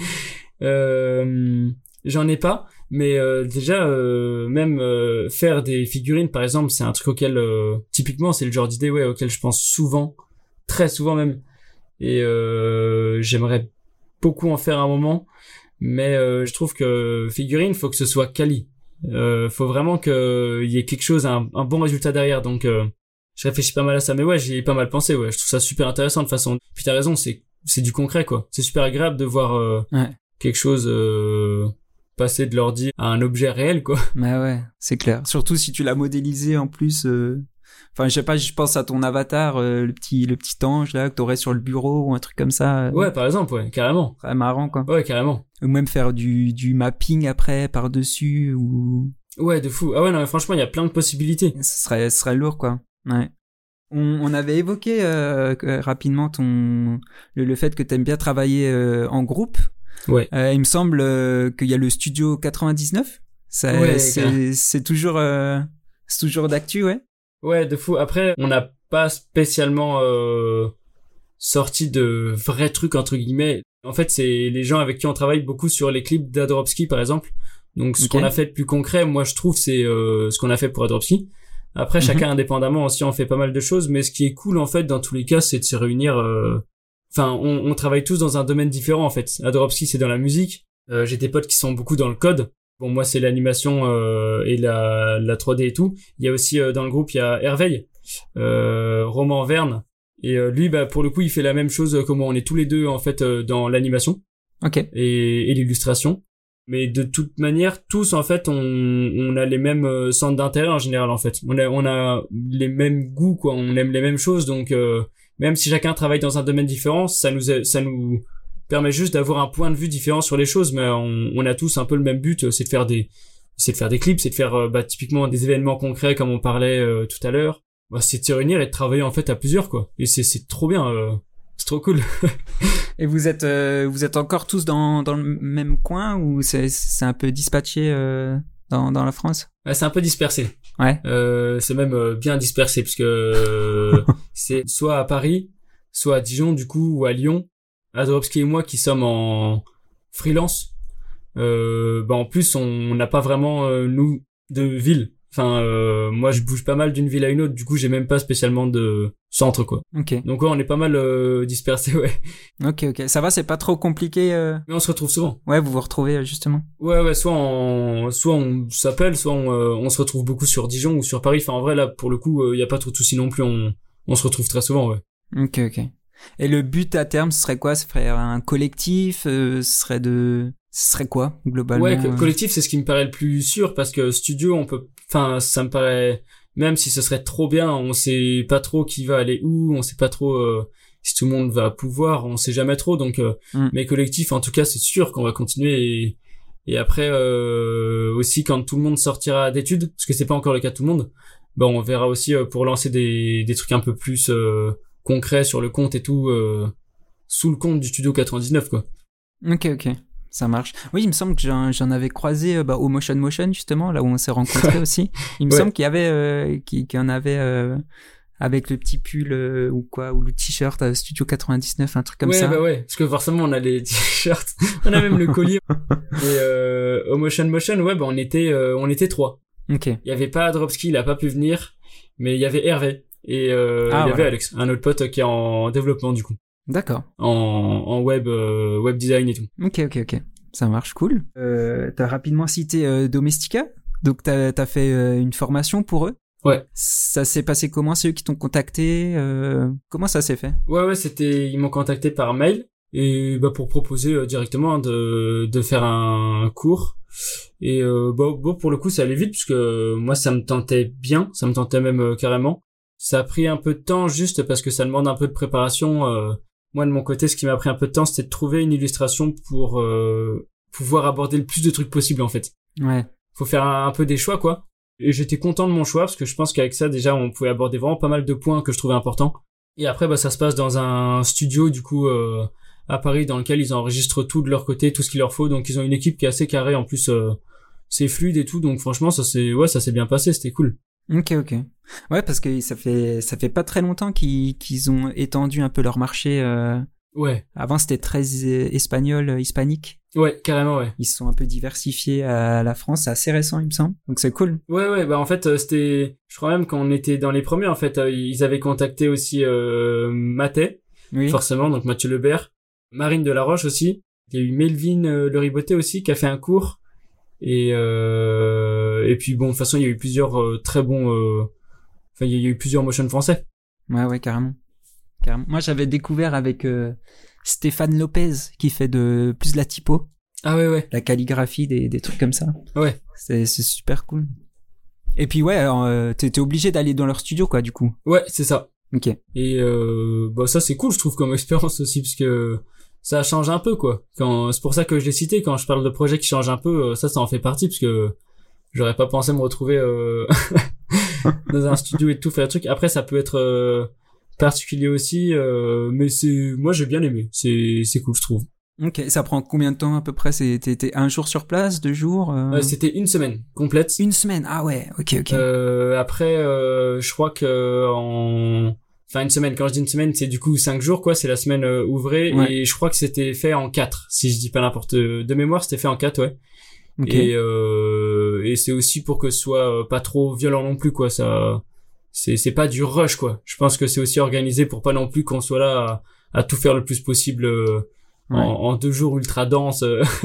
euh, j'en ai pas, mais euh, déjà, euh, même euh, faire des figurines, par exemple, c'est un truc auquel, euh, typiquement, c'est le genre d'idée, ouais, auquel je pense souvent, très souvent même. Et euh, j'aimerais beaucoup en faire un moment, mais euh, je trouve que figurine, faut que ce soit quali. Euh, faut vraiment qu'il y ait quelque chose, un, un bon résultat derrière. Donc, euh, je réfléchis pas mal à ça. Mais ouais, j'y ai pas mal pensé. Ouais, je trouve ça super intéressant de façon. Puis t'as raison, c'est c'est du concret, quoi. C'est super agréable de voir euh, Ouais. quelque chose euh, passer de l'ordi à un objet réel, quoi. Bah ouais, c'est clair. Surtout si tu l'as modélisé en plus. Euh... Enfin, je sais pas, je pense à ton avatar, euh, le petit le petit ange là que t'aurais sur le bureau ou un truc comme ça. Euh... Ouais, par exemple, ouais, carrément. Très marrant, quoi. Ouais, carrément. Ou même faire du du mapping après par dessus ou. Ouais, de fou. Ah ouais, non, mais franchement, il y a plein de possibilités. Ce serait ce serait lourd, quoi. Ouais. On, on avait évoqué euh, rapidement ton le, le fait que t'aimes bien travailler euh, en groupe. Ouais. Euh, il me semble euh, qu'il y a le studio quatre-vingt-dix-neuf. Ça, Ouais, c'est, c'est toujours euh, c'est toujours d'actu, ouais. Ouais, de fou. Après, on n'a pas spécialement euh, sorti de vrais trucs entre guillemets. En fait, c'est les gens avec qui on travaille beaucoup sur les clips d'Adropski, par exemple. Donc, ce Okay. qu'on a fait de plus concret, moi, je trouve, c'est euh, ce qu'on a fait pour Adropski. Après, mm-hmm. chacun indépendamment aussi, on fait pas mal de choses. Mais ce qui est cool, en fait, dans tous les cas, c'est de se réunir. Enfin, euh... on, on travaille tous dans un domaine différent, en fait. Adropski, c'est dans la musique. Euh, j'ai des potes qui sont beaucoup dans le code. Bon, moi, c'est l'animation euh, et la, la trois D et tout. Il y a aussi, euh, dans le groupe, il y a Herveil, euh, Roman Verne. Et euh, lui, bah, pour le coup, il fait la même chose que moi. On est tous les deux, en fait, euh, dans l'animation okay. et, et l'illustration. Mais de toute manière, tous, en fait, on, on a les mêmes euh, centres d'intérêt en général, en fait. On a, on a les mêmes goûts, quoi. On aime les mêmes choses. Donc, euh, même si chacun travaille dans un domaine différent, ça nous, a, ça nous permet juste d'avoir un point de vue différent sur les choses, mais on, on a tous un peu le même but, c'est de faire des, c'est de faire des clips, c'est de faire bah, typiquement des événements concrets comme on parlait euh, tout à l'heure. Bah, c'est de se réunir et de travailler en fait à plusieurs, quoi. Et c'est c'est trop bien, euh, c'est trop cool. Et vous êtes euh, vous êtes encore tous dans dans le même coin ou c'est c'est un peu dispatché euh, dans dans la France? Ouais, c'est un peu dispersé. Ouais. Euh, c'est même euh, bien dispersé parce que euh, c'est soit à Paris, soit à Dijon du coup ou à Lyon. Adropski et moi qui sommes en freelance, euh, bah en plus on n'a pas vraiment euh, nous de ville. Enfin euh, moi je bouge pas mal d'une ville à une autre, du coup j'ai même pas spécialement de centre, quoi. Ok. Donc ouais, on est pas mal euh, dispersés, ouais. Ok ok, ça va, c'est pas trop compliqué. Euh... Mais on se retrouve souvent. Ouais, vous vous retrouvez justement. Ouais ouais, soit on soit on s'appelle, soit on, euh, on se retrouve beaucoup sur Dijon ou sur Paris. Enfin en vrai là pour le coup il euh, y a pas trop de soucis non plus, on on se retrouve très souvent, ouais. Ok ok. Et le but à terme, ce serait quoi? Ce serait un collectif? euh, Ce serait de, ce serait quoi globalement? Ouais, co- collectif, c'est ce qui me paraît le plus sûr parce que studio, on peut, enfin, ça me paraît, même si ce serait trop bien, on sait pas trop qui va aller où, on sait pas trop euh, si tout le monde va pouvoir, on sait jamais trop. Donc, euh, mm. mais collectif, en tout cas, c'est sûr qu'on va continuer. Et, et après euh, aussi, quand tout le monde sortira d'études, parce que c'est pas encore le cas de tout le monde, bon, on verra aussi euh, pour lancer des des trucs un peu plus euh, concret sur le compte et tout, euh, sous le compte du studio quatre-vingt-dix-neuf, quoi. Ok, ok, ça marche. Oui, il me semble que j'en, j'en avais croisé bah, au Motion Motion, justement, là où on s'est rencontrés aussi. Il me ouais. semble qu'il y avait, euh, qu'il, qu'il y en avait euh, avec le petit pull euh, ou quoi, ou le t-shirt euh, Studio quatre-vingt-dix-neuf, un truc comme ouais, ça. Ouais, bah ouais, parce que forcément on a les t-shirts, on a même le collier. Et euh, au Motion Motion, ouais, bah on était, euh, on était trois. Ok. Il y avait pas Adropski, il a pas pu venir, mais il y avait Hervé. Et euh, ah, il y voilà. avait Alex, un autre pote qui est en développement du coup. D'accord. En, en web, euh, web design et tout. Ok, ok, ok. Ça marche, cool. Euh, t'as rapidement cité euh, Domestika, donc t'as, t'as fait euh, une formation pour eux. Ouais. Ça s'est passé comment? C'est eux qui t'ont contacté? euh, Comment ça s'est fait? Ouais, ouais, c'était, ils m'ont contacté par mail et bah pour proposer euh, directement hein, de de faire un cours. Et euh, bon, bon, pour le coup, ça allait vite parce que moi, ça me tentait bien, ça me tentait même euh, carrément. Ça a pris un peu de temps juste parce que ça demande un peu de préparation. Euh, moi, de mon côté, ce qui m'a pris un peu de temps, c'était de trouver une illustration pour euh, pouvoir aborder le plus de trucs possible en fait. Ouais. Faut faire un, un peu des choix quoi. Et j'étais content de mon choix parce que je pense qu'avec ça déjà on pouvait aborder vraiment pas mal de points que je trouvais importants. Et après bah ça se passe dans un studio du coup euh, à Paris dans lequel ils enregistrent tout de leur côté, tout ce qu'il leur faut. Donc ils ont une équipe qui est assez carrée en plus euh, c'est fluide et tout donc franchement ça c'est ouais ça s'est bien passé, c'était cool. Ok, ok. Ouais, parce que ça fait ça fait pas très longtemps qu'ils qu'ils ont étendu un peu leur marché. Euh... Ouais. Avant c'était très euh, espagnol, euh, hispanique. Ouais, carrément ouais. Ils se sont un peu diversifiés à la France, c'est assez récent il me semble. Donc c'est cool. Ouais ouais, bah en fait euh, c'était je crois même quand on était dans les premiers en fait euh, ils avaient contacté aussi euh, Mathé. Oui. Forcément donc Mathieu Lebert, Marine Delaroche aussi. Il y a eu Melvin euh, Le Riboté aussi qui a fait un cours. Et euh, et puis bon de toute façon il y a eu plusieurs euh, très bons euh... enfin il y a eu plusieurs motion français. Ouais ouais carrément. Carrément. Moi j'avais découvert avec euh, Stéphane Lopez qui fait de plus de la typo. Ah ouais ouais. La calligraphie des des trucs comme ça. Ouais. C'est c'est super cool. Et puis ouais euh, t'es t'es obligé d'aller dans leur studio quoi du coup. Ouais c'est ça. Ok. Et euh, bah ça c'est cool je trouve comme expérience aussi parce que ça change un peu quoi. Quand c'est pour ça que je l'ai cité quand je parle de projets qui changent un peu, ça ça en fait partie parce que j'aurais pas pensé me retrouver euh... dans un studio et tout faire des trucs. Après ça peut être euh, particulier aussi euh, mais c'est moi j'ai bien aimé. C'est c'est cool je trouve. Ok, ça prend combien de temps à peu près? C'était un jour sur place, deux jours euh... euh, C'était une semaine complète. Une semaine, ah ouais, ok ok. Euh, après euh, je crois que en Enfin, une semaine. Quand je dis une semaine, c'est du coup cinq jours, quoi. C'est la semaine euh, ouvrée. Ouais. Et je crois que c'était fait en quatre. Si je dis pas n'importe... De mémoire, c'était fait en quatre, ouais. Okay. Et, euh, et c'est aussi pour que ce soit pas trop violent non plus, quoi. Ça, c'est, c'est pas du rush, quoi. Je pense que c'est aussi organisé pour pas non plus qu'on soit là à, à tout faire le plus possible euh, ouais. en, en deux jours ultra dense.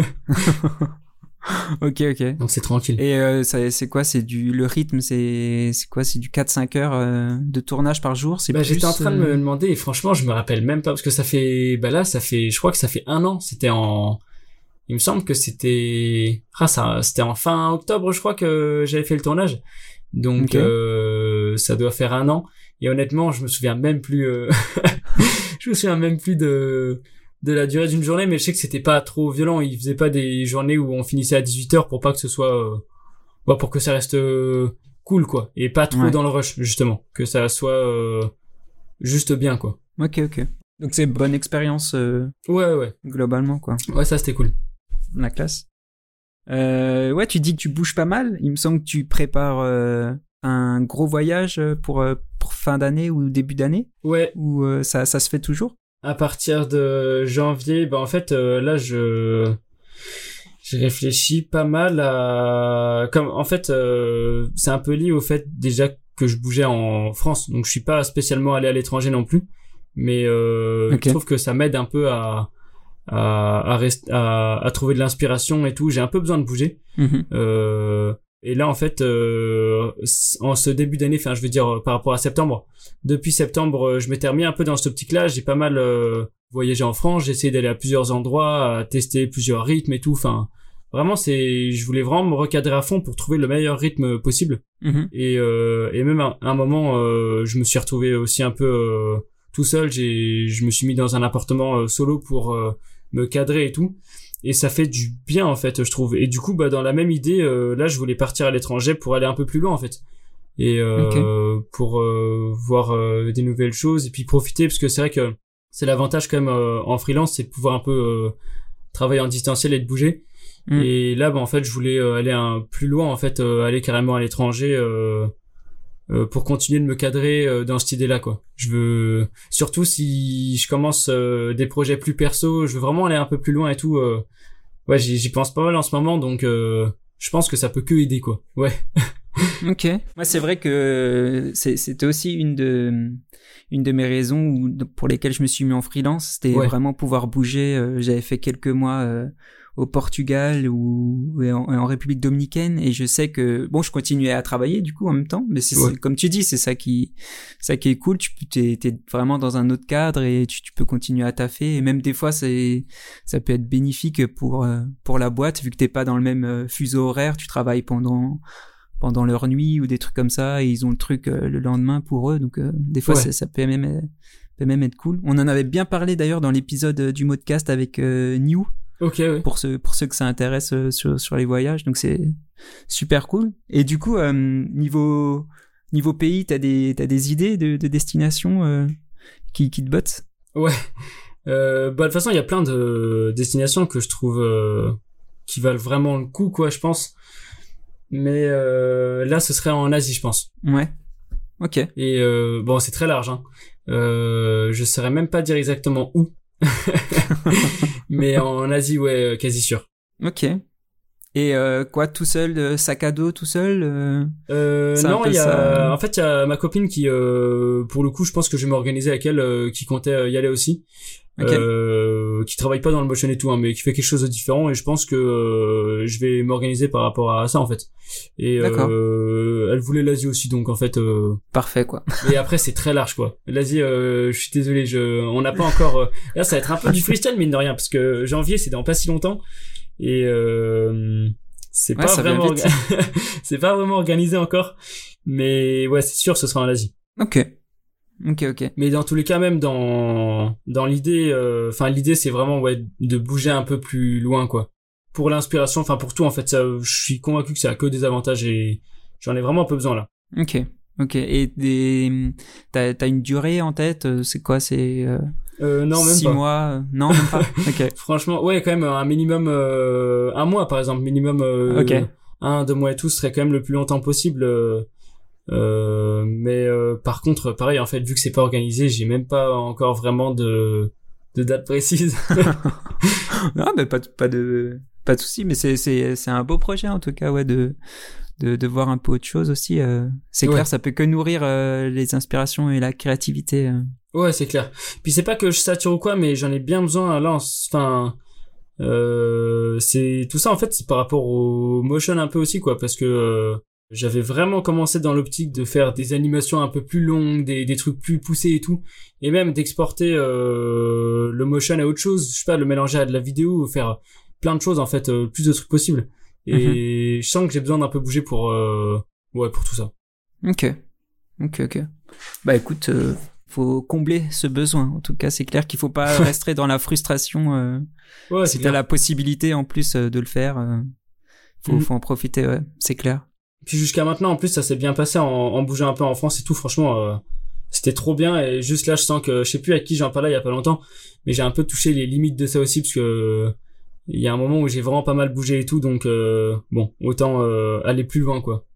Ok, ok. Donc c'est tranquille. Et euh, ça, c'est quoi? C'est du le rythme, c'est c'est quoi? C'est du quatre cinq heures euh, de tournage par jour. C'est bah plus, j'étais en train de me euh... demander et franchement je me rappelle même pas parce que ça fait bah là ça fait je crois que ça fait un an. C'était en il me semble que c'était ah ça c'était en fin octobre je crois que j'avais fait le tournage. Donc okay. euh, ça doit faire un an et honnêtement je me souviens même plus. Euh... je me souviens même plus de de la durée d'une journée, mais je sais que c'était pas trop violent. Ils faisaient pas des journées où on finissait à dix-huit heures pour pas que ce soit, euh, bah, pour que ça reste euh, cool, quoi. Et pas trop ouais. dans le rush, justement. Que ça soit euh, juste bien, quoi. Ok, ok. Donc c'est bonne expérience. Euh, ouais, ouais. Globalement, quoi. Ouais, ça c'était cool. La classe. Euh, ouais, tu dis que tu bouges pas mal. Il me semble que tu prépares euh, un gros voyage pour, euh, pour fin d'année ou début d'année. Ouais. Ou euh, ça, ça se fait toujours? À partir de janvier, bah en fait euh, là je j'ai réfléchi pas mal à comme en fait euh, c'est un peu lié au fait déjà que je bougeais en France, donc je suis pas spécialement allé à l'étranger non plus, mais euh, okay. je trouve que ça m'aide un peu à à à, rest, à, à trouver de l'inspiration et tout. J'ai un peu besoin de bouger. Mm-hmm. Euh, Et là, en fait, euh, en ce début d'année, enfin, je veux dire, par rapport à septembre, depuis septembre, je m'étais remis un peu dans cette optique-là. J'ai pas mal euh, voyagé en France. J'ai essayé d'aller à plusieurs endroits, à tester plusieurs rythmes et tout. Enfin, vraiment, c'est, je voulais vraiment me recadrer à fond pour trouver le meilleur rythme possible. Mm-hmm. Et, euh, et même à un moment, euh, je me suis retrouvé aussi un peu euh, tout seul. J'ai, je me suis mis dans un appartement euh, solo pour euh, me cadrer et tout. Et ça fait du bien en fait je trouve. Et du coup bah dans la même idée euh, là je voulais partir à l'étranger pour aller un peu plus loin en fait. Et euh, okay. pour euh, voir euh, des nouvelles choses et puis profiter parce que c'est vrai que c'est l'avantage quand même euh, en freelance, c'est de pouvoir un peu euh, travailler en distanciel et de bouger. Mm. Et là bah en fait je voulais euh, aller un plus loin en fait euh, aller carrément à l'étranger euh, euh, pour continuer de me cadrer euh, dans cette idée-là quoi. Je veux surtout si je commence euh, des projets plus perso, je veux vraiment aller un peu plus loin et tout. Euh, ouais, j'y, j'y pense pas mal en ce moment, donc euh, je pense que ça peut que aider quoi. Ouais. Ok. Moi, c'est vrai que c'est, c'était aussi une de une de mes raisons où, pour lesquelles je me suis mis en freelance, c'était ouais. vraiment pouvoir bouger. Euh, j'avais fait quelques mois euh, au Portugal ou et en, en République dominicaine, et je sais que bon, je continuais à travailler du coup en même temps, mais c'est, Ouais. c'est comme tu dis, c'est ça qui ça qui est cool. Tu t'es, t'es vraiment dans un autre cadre et tu, tu peux continuer à taffer, et même des fois c'est ça peut être bénéfique pour euh, pour la boîte vu que t'es pas dans le même euh, fuseau horaire, tu travailles pendant pendant leur nuit ou des trucs comme ça, et ils ont le truc euh, le lendemain pour eux, donc euh, des fois Ouais. ça, ça peut même peut même être cool. On en avait bien parlé d'ailleurs dans l'épisode euh, du Modcast avec euh, New, Ok, ouais. pour ceux pour ceux que ça intéresse euh, sur sur les voyages, donc c'est super cool. Et du coup euh, niveau niveau pays, t'as des t'as des idées de de destination euh, qui qui te bottent? Ouais. Euh, bah de toute façon, il y a plein de destinations que je trouve euh, qui valent vraiment le coup, quoi, je pense. Mais euh, là, ce serait en Asie, je pense. Ouais. Ok. Et euh, bon, c'est très large, hein. Euh, je saurais même pas dire exactement où. Mais en Asie, ouais, quasi sûr. Ok. Et euh, quoi, tout seul, euh, sac à dos, tout seul euh... Euh, C'est un non, peu il y a, ça. en fait, il y a ma copine qui, euh, pour le coup, je pense que je vais m'organiser avec elle, euh, qui comptait y aller aussi. Ok. Euh, qui travaille pas dans le motion et tout, hein, mais qui fait quelque chose de différent, et je pense que euh, je vais m'organiser par rapport à ça, en fait. Et D'accord. euh, elle voulait l'Asie aussi, donc en fait. Euh... Parfait, quoi. Et après, c'est très large, quoi. L'Asie, euh, je suis désolé, je, on n'a pas encore. Euh... Là, ça va être un peu du freestyle, mine de rien, parce que janvier, c'est dans pas si longtemps, et euh... c'est Ouais, pas ça vient vraiment, vite. orga- c'est pas vraiment organisé encore, mais ouais, c'est sûr, ce sera en Asie. Ok. Ok, ok. Mais dans tous les cas, même dans dans l'idée, enfin euh, l'idée c'est vraiment ouais de bouger un peu plus loin, quoi. Pour l'inspiration, enfin pour tout en fait, ça, je suis convaincu que ça a que des avantages, et j'en ai vraiment un peu besoin là. Ok. Ok. Et des, t'as, t'as une durée en tête? euh, C'est quoi? C'est euh, Euh, non, même six pas. mois? euh, Non, même pas. Ok. Franchement, ouais, quand même un minimum, euh, un mois par exemple, minimum euh, Ok. un, deux mois et tout, ce serait quand même le plus longtemps possible. Euh, euh, mais euh, par contre, pareil, en fait, vu que c'est pas organisé, j'ai même pas encore vraiment de de date précise. Non, mais pas de, pas de, pas de souci. Mais c'est, c'est, c'est un beau projet en tout cas, ouais, de, de, de voir un peu autre chose aussi. Euh, c'est Ouais. clair, ça peut que nourrir euh, les inspirations et la créativité. euh. Ouais, c'est clair. Puis c'est pas que je sature ou quoi, mais j'en ai bien besoin là. Enfin, euh, c'est tout ça en fait, c'est par rapport au motion un peu aussi, quoi, parce que euh, j'avais vraiment commencé dans l'optique de faire des animations un peu plus longues, des des trucs plus poussés et tout, et même d'exporter euh, le motion à autre chose. Je sais pas, le mélanger à de la vidéo, faire plein de choses en fait, euh, plus de trucs possibles. Et je sens que j'ai besoin d'un peu bouger pour euh, ouais pour tout ça. Ok. Ok, ok. Bah écoute, euh, faut combler ce besoin. En tout cas, c'est clair qu'il faut pas rester dans la frustration. Euh, Ouais, si c'est t'as clair. la possibilité en plus euh, de le faire, euh, faut, Mhm. faut en profiter. Ouais, c'est clair. Puis jusqu'à maintenant, en plus, ça s'est bien passé en, en bougeant un peu en France et tout. Franchement, euh, c'était trop bien. Et juste là, je sens que, je sais plus à qui j'en parlais il y a pas longtemps, mais j'ai un peu touché les limites de ça aussi, parce que euh, il y a un moment où j'ai vraiment pas mal bougé et tout. Donc euh, bon, autant euh, aller plus loin, quoi.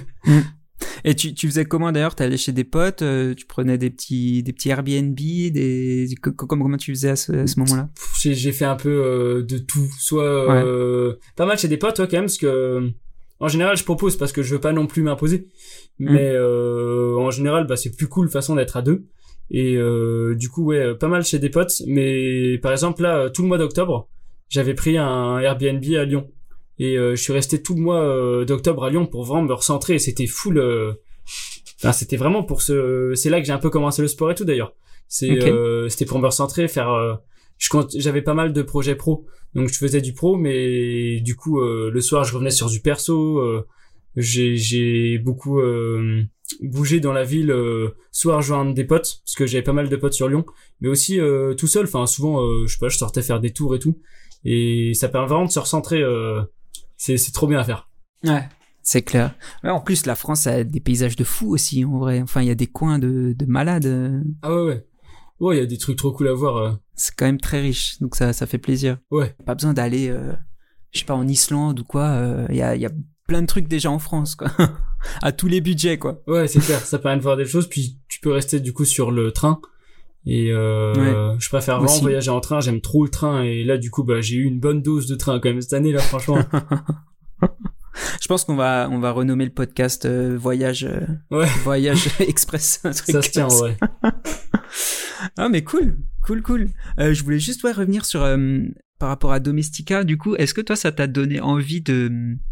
Et tu, tu faisais comment d'ailleurs? T'allais chez des potes, euh, tu prenais des petits, des petits Airbnb, des, co- co- comment, comment tu faisais à ce, à ce moment-là? Pff, J'ai, j'ai fait un peu euh, de tout, soit euh, pas mal chez des potes, ouais, quand même, parce que en général, je propose parce que je veux pas non plus m'imposer. Mais euh, en général, bah c'est plus cool façon d'être à deux. Et euh, du coup, ouais, pas mal chez des potes. Mais par exemple là, tout le mois d'octobre, j'avais pris un Airbnb à Lyon. Et euh, je suis resté tout le mois euh, d'octobre à Lyon pour vraiment me recentrer. Et c'était full. Euh... Enfin, c'était vraiment pour ce. C'est là que j'ai un peu commencé le sport et tout d'ailleurs. C'est, Ok. euh, c'était pour me recentrer, faire. Euh... Je compte... J'avais pas mal de projets pro, donc je faisais du pro, mais du coup euh, le soir je revenais sur du perso. Euh... J'ai, j'ai beaucoup euh, bougé dans la ville, euh, soit rejoindre des potes parce que j'avais pas mal de potes sur Lyon, mais aussi euh, tout seul. Enfin, souvent, euh, je sais pas, je sortais faire des tours et tout, et ça permet vraiment de se recentrer. Euh... C'est, c'est trop bien à faire. Ouais, c'est clair. Ouais, en plus, la France a des paysages de fous aussi, en vrai. Enfin, il y a des coins de, de malades. euh. Ah ouais, ouais. Ouais, il y a des trucs trop cool à voir. Euh... C'est quand même très riche, donc ça, ça fait plaisir. Ouais. Pas besoin d'aller, euh, je sais pas, en Islande ou quoi. euh, Il y a, il y a plein de trucs déjà en France, quoi. À tous les budgets, quoi. Ouais, c'est clair. Ça permet de voir des choses, puis tu peux rester du coup sur le train. Et euh, Ouais. je préfère vraiment Aussi. voyager en train. J'aime trop le train, et là du coup, bah j'ai eu une bonne dose de train quand même cette année là, franchement. Je pense qu'on va, on va renommer le podcast euh, Voyage, euh, Ouais. Voyage Express. Un truc Ça se tient, comme ça. ouais. Ah, mais cool, cool, cool. Euh, je voulais juste ouais, revenir sur, euh, par rapport à Domestika, du coup, est-ce que toi, ça t'a donné envie de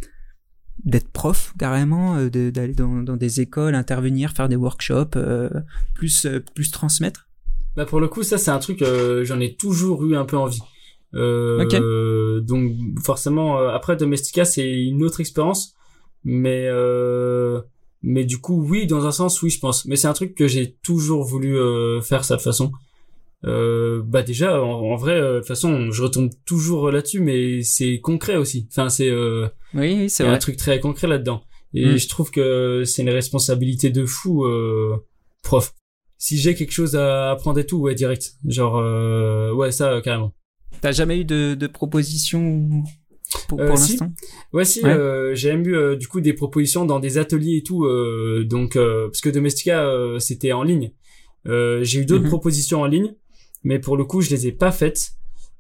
d'être prof carrément, euh, de, d'aller dans, dans des écoles, intervenir, faire des workshops, euh, plus euh, plus transmettre? Bah pour le coup, ça c'est un truc, euh, j'en ai toujours eu un peu envie. Euh, Ok. Donc forcément, euh, après Domestika, c'est une autre expérience, mais euh, mais du coup, oui, dans un sens, oui, je pense. Mais c'est un truc que j'ai toujours voulu euh, faire ça de façon. Euh, bah déjà, en, en vrai, euh, de toute façon, je retombe toujours là-dessus, mais c'est concret aussi. Enfin, c'est euh, Oui, oui, c'est il y a vrai. un truc très concret là-dedans. Et Mm. je trouve que c'est une responsabilité de fou, euh, prof. Si j'ai quelque chose à apprendre et tout, ouais, direct. Genre, euh, ouais, ça, euh, carrément. T'as jamais eu de, de propositions pour, Euh, pour si. l'instant? Ouais, si, Ouais. euh, j'ai même eu, euh, du coup, des propositions dans des ateliers et tout, euh, donc, euh, parce que Domestika, euh, c'était en ligne. Euh, j'ai eu d'autres Mhm. propositions en ligne, mais pour le coup, je les ai pas faites.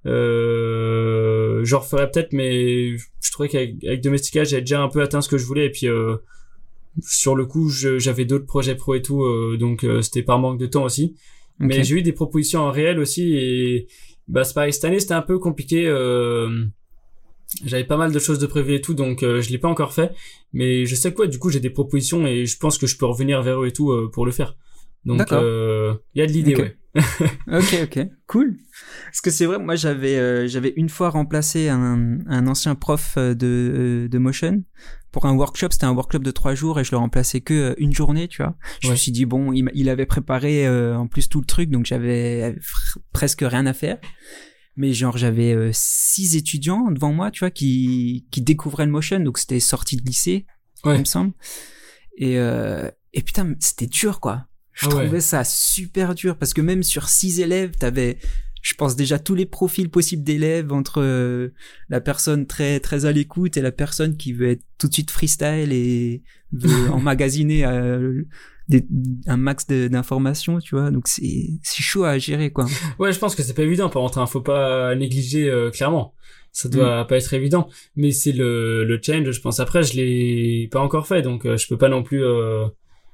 Euh, j'en referais peut-être, mais je trouvais qu'avec avec Domestika, j'avais déjà un peu atteint ce que je voulais, et puis, euh, sur le coup, je, j'avais d'autres projets pro et tout, euh, donc euh, c'était par manque de temps aussi. Ok. Mais j'ai eu des propositions en réel aussi, et bah c'est pareil, cette année c'était un peu compliqué. Euh, j'avais pas mal de choses de prévues et tout, donc euh, je l'ai pas encore fait. Mais je sais quoi, du coup j'ai des propositions et je pense que je peux revenir vers eux et tout euh, pour le faire. Donc D'accord. il euh, y a de l'idée, Ok. ouais. Ok, ok, cool. Parce que c'est vrai, moi j'avais euh, j'avais une fois remplacé un, un ancien prof euh, de euh, de motion pour un workshop. C'était un workshop de trois jours et je le remplaçais que euh, une journée, tu vois. Je Ouais. me suis dit bon, il, m'a- il avait préparé euh, en plus tout le truc, donc j'avais fr- presque rien à faire. Mais genre j'avais euh, six étudiants devant moi, tu vois, qui qui découvraient le motion, donc c'était sorti de lycée, Ouais. il me semble. Et euh, et putain, c'était dur quoi. Je Ah ouais. trouvais ça super dur parce que même sur six élèves, t'avais, je pense déjà tous les profils possibles d'élèves entre euh, la personne très très à l'écoute et la personne qui veut être tout de suite freestyle et veut emmagasiner euh, des, un max de, d'informations, tu vois. Donc c'est c'est chaud à gérer quoi. Ouais, je pense que c'est pas évident par contre, hein. Faut pas négliger euh, clairement. Ça doit pas être évident, mais c'est le le challenge, je pense. Après, je l'ai pas encore fait, donc euh, je peux pas non plus euh,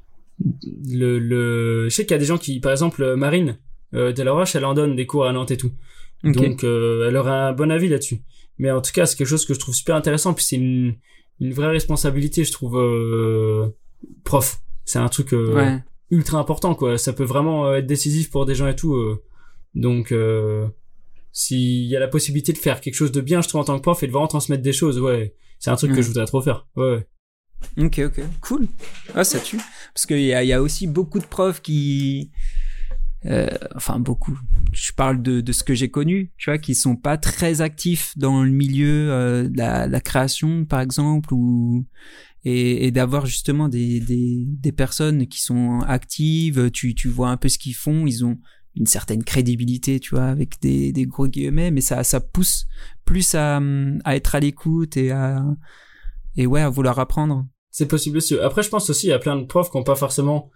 le le. Je sais qu'il y a des gens qui, par exemple, euh, Marine euh, Delaroche, elle en donne des cours à Nantes et tout, Ok. donc euh, elle aura un bon avis là-dessus. Mais en tout cas, c'est quelque chose que je trouve super intéressant, puis c'est une une vraie responsabilité, je trouve. Euh, prof, c'est un truc euh, Ouais. ultra important, quoi. Ça peut vraiment euh, être décisif pour des gens et tout. Euh, donc, euh, s'il y a la possibilité de faire quelque chose de bien, je trouve, en tant que prof, et de vraiment transmettre des choses, ouais, c'est un truc Ouais. que je voudrais trop faire. Ouais, ouais. Ok, ok, cool. Ah, ça tue. Parce qu'il y a, il y a aussi beaucoup de profs qui, euh, enfin beaucoup. Je parle de, de ce que j'ai connu, tu vois, qui sont pas très actifs dans le milieu euh, de la, la création, par exemple, ou et, et d'avoir justement des, des des personnes qui sont actives. Tu tu vois un peu ce qu'ils font. Ils ont une certaine crédibilité, tu vois, avec des des gros guillemets, mais ça ça pousse plus à à être à l'écoute et à et ouais à vouloir apprendre. C'est possible aussi. Après, je pense aussi, il y a plein de profs qui ont pas forcément,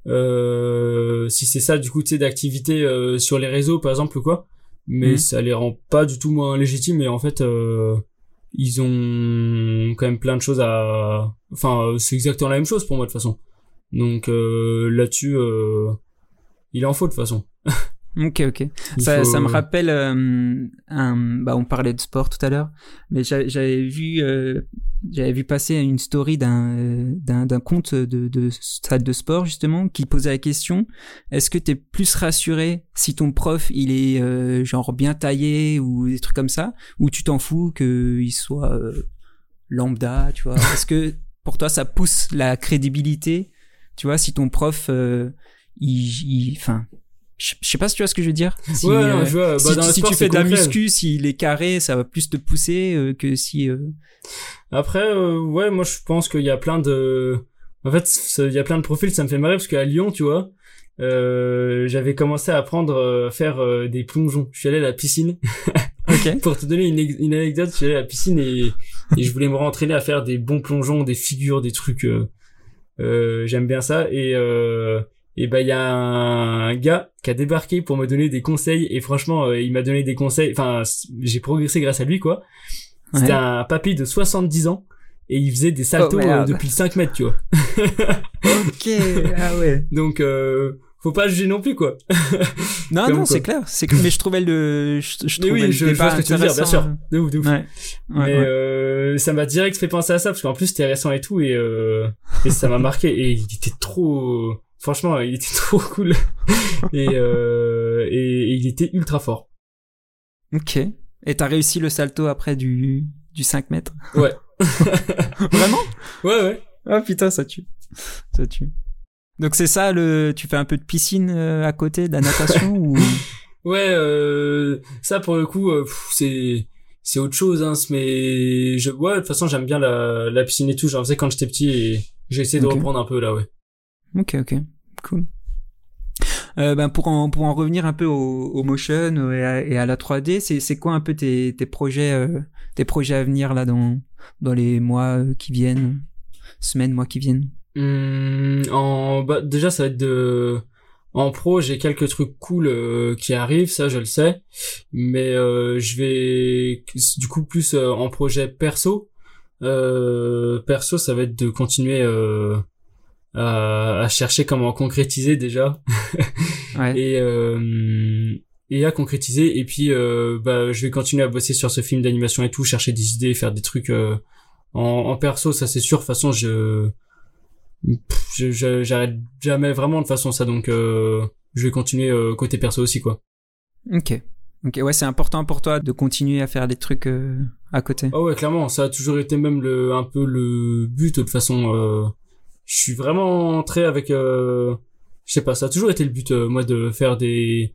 euh, si c'est ça, du coup, tu sais, d'activités euh, sur les réseaux, par exemple, ou quoi. Mais Mhm. ça les rend pas du tout moins légitimes, et en fait, euh, ils ont quand même plein de choses à... Enfin, c'est exactement la même chose pour moi, de toute façon. Donc, euh, là-dessus, euh, il en faut, de toute façon. Ok, ok. Il Ça, faut- ça me rappelle euh, un. Bah, on parlait de sport tout à l'heure, mais j'a- j'avais vu, euh, j'avais vu passer une story d'un euh, d'un d'un compte de de salle de sport justement qui posait la question: est-ce que t'es plus rassuré si ton prof il est euh, genre bien taillé ou des trucs comme ça, ou tu t'en fous que il soit euh, lambda, tu vois? Est-ce que pour toi ça pousse la crédibilité, tu vois, si ton prof euh, il, il, enfin. Je je sais pas si tu vois ce que je veux dire. Si, Ouais, euh, non, je vois. Bah, si, dans tu, le si sport, tu c'est fais de la concret. muscu, s'il est carré, ça va plus te pousser euh, que si. Euh... Après, euh, ouais, moi, je pense qu'il y a plein de... En fait, ça- il y a plein de profils, ça me fait marrer, parce qu'à Lyon, tu vois, euh, j'avais commencé à apprendre euh, à faire euh, des plongeons. Je suis allé à la piscine. Ok. Pour te donner une, ex- une anecdote, je suis allé à la piscine et, et je voulais me rentraîner à faire des bons plongeons, des figures, des trucs. Euh, euh, j'aime bien ça. Et euh, et bah il y a un, un gars qui a débarqué pour me donner des conseils. Et franchement, euh, il m'a donné des conseils. Enfin, c- j'ai progressé grâce à lui, quoi. C'était Ouais. un papy de soixante-dix ans et il faisait des saltos Oh, euh, merde. depuis cinq mètres, tu vois. Ok. Ah ouais. Donc, euh, faut pas juger non plus, quoi. Non, Comme non, quoi. c'est clair. C'est que, mais je trouvais le, je, je Mais trouvais oui, le je, je débat vois ce que tu veux dire, bien intéressant. sûr. De ouf, de ouf. Ouais. Ouais, Mais ouais. euh, ça m'a direct fait penser à ça parce qu'en plus c'était récent et tout et, euh, et ça m'a marqué et il était trop, franchement, il était trop cool et, euh, et, et il était ultra fort. Ok. Et t'as réussi le salto après du, du cinq mètres? Ouais. Vraiment? Ouais, ouais. Oh putain, ça tue. Ça tue. Donc c'est ça, le, tu fais un peu de piscine euh, à côté, de la natation ou... Ouais, euh, ça pour le coup, euh, pff, c'est c'est autre chose, hein. Mais je, ouais, de toute façon j'aime bien la, la piscine et tout. J'en faisais quand j'étais petit et j'ai essayé de Ok. reprendre un peu là, ouais. Ok, ok, cool. Euh, ben pour en pour en revenir un peu au, au motion et à, et à la trois D, c'est c'est quoi un peu tes tes projets euh, tes projets à venir là dans dans les mois euh, qui viennent, semaines, mois qui viennent? Hum, en bah déjà ça va être de en pro j'ai quelques trucs cool euh, qui arrivent, ça je le sais, mais euh, je vais du coup plus euh, en projet perso euh, perso ça va être de continuer euh, à, à chercher comment concrétiser déjà Ouais. et euh, et à concrétiser et puis euh, bah je vais continuer à bosser sur ce film d'animation et tout, chercher des idées, faire des trucs euh, en, en perso, ça c'est sûr. De toute façon je Pff, je, je, j'arrête jamais vraiment de toute façon ça, donc euh, je vais continuer euh, côté perso aussi, quoi. Ok. Ok. Ouais, c'est important pour toi de continuer à faire des trucs euh, à côté. Ah ouais, clairement, ça a toujours été même le un peu le but de toute façon. Euh, je suis vraiment entré avec, euh, je sais pas, ça a toujours été le but euh, moi de faire des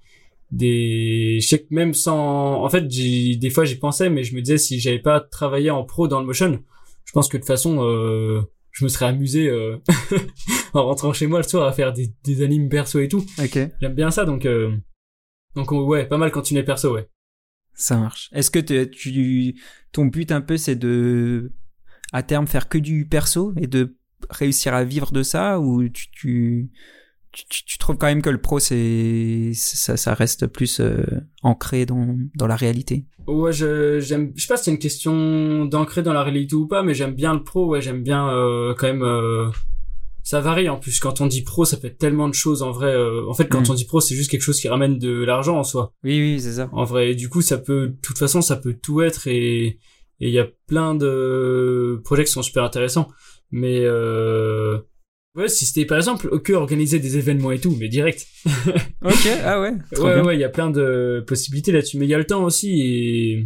des, je sais que même sans, en fait, j'ai des fois j'y pensais, mais je me disais si j'avais pas travaillé en pro dans le motion, je pense que de toute façon euh, je me serais amusé euh, en rentrant chez moi le soir à faire des, des animes perso et tout. Ok. J'aime bien ça, donc euh, donc ouais, pas mal continuer perso, ouais. Ça marche. Est-ce que te- tu ton but un peu c'est de à terme faire que du perso et de réussir à vivre de ça, ou tu tu tu, tu- tu trouves quand même que le pro c'est ça ça reste plus euh, ancré dans dans la réalité? Ouais, je j'aime, je sais pas si c'est une question d'ancrer dans la réalité ou pas, mais j'aime bien le pro, ouais, j'aime bien euh, quand même. Euh, ça varie en plus. Quand on dit pro, ça peut être tellement de choses en vrai. Euh, en fait, quand Mm. on dit pro, c'est juste quelque chose qui ramène de l'argent en soi. Oui, oui, c'est ça. En vrai, et du coup, ça peut, de toute façon, ça peut tout être et et il y a plein de projets qui sont super intéressants. Mais euh, ouais, si c'était par exemple que organiser des événements et tout, mais direct. Ok, ah ouais. Trop Ouais, bien. ouais, il y a plein de possibilités là-dessus, mais il y a le temps aussi et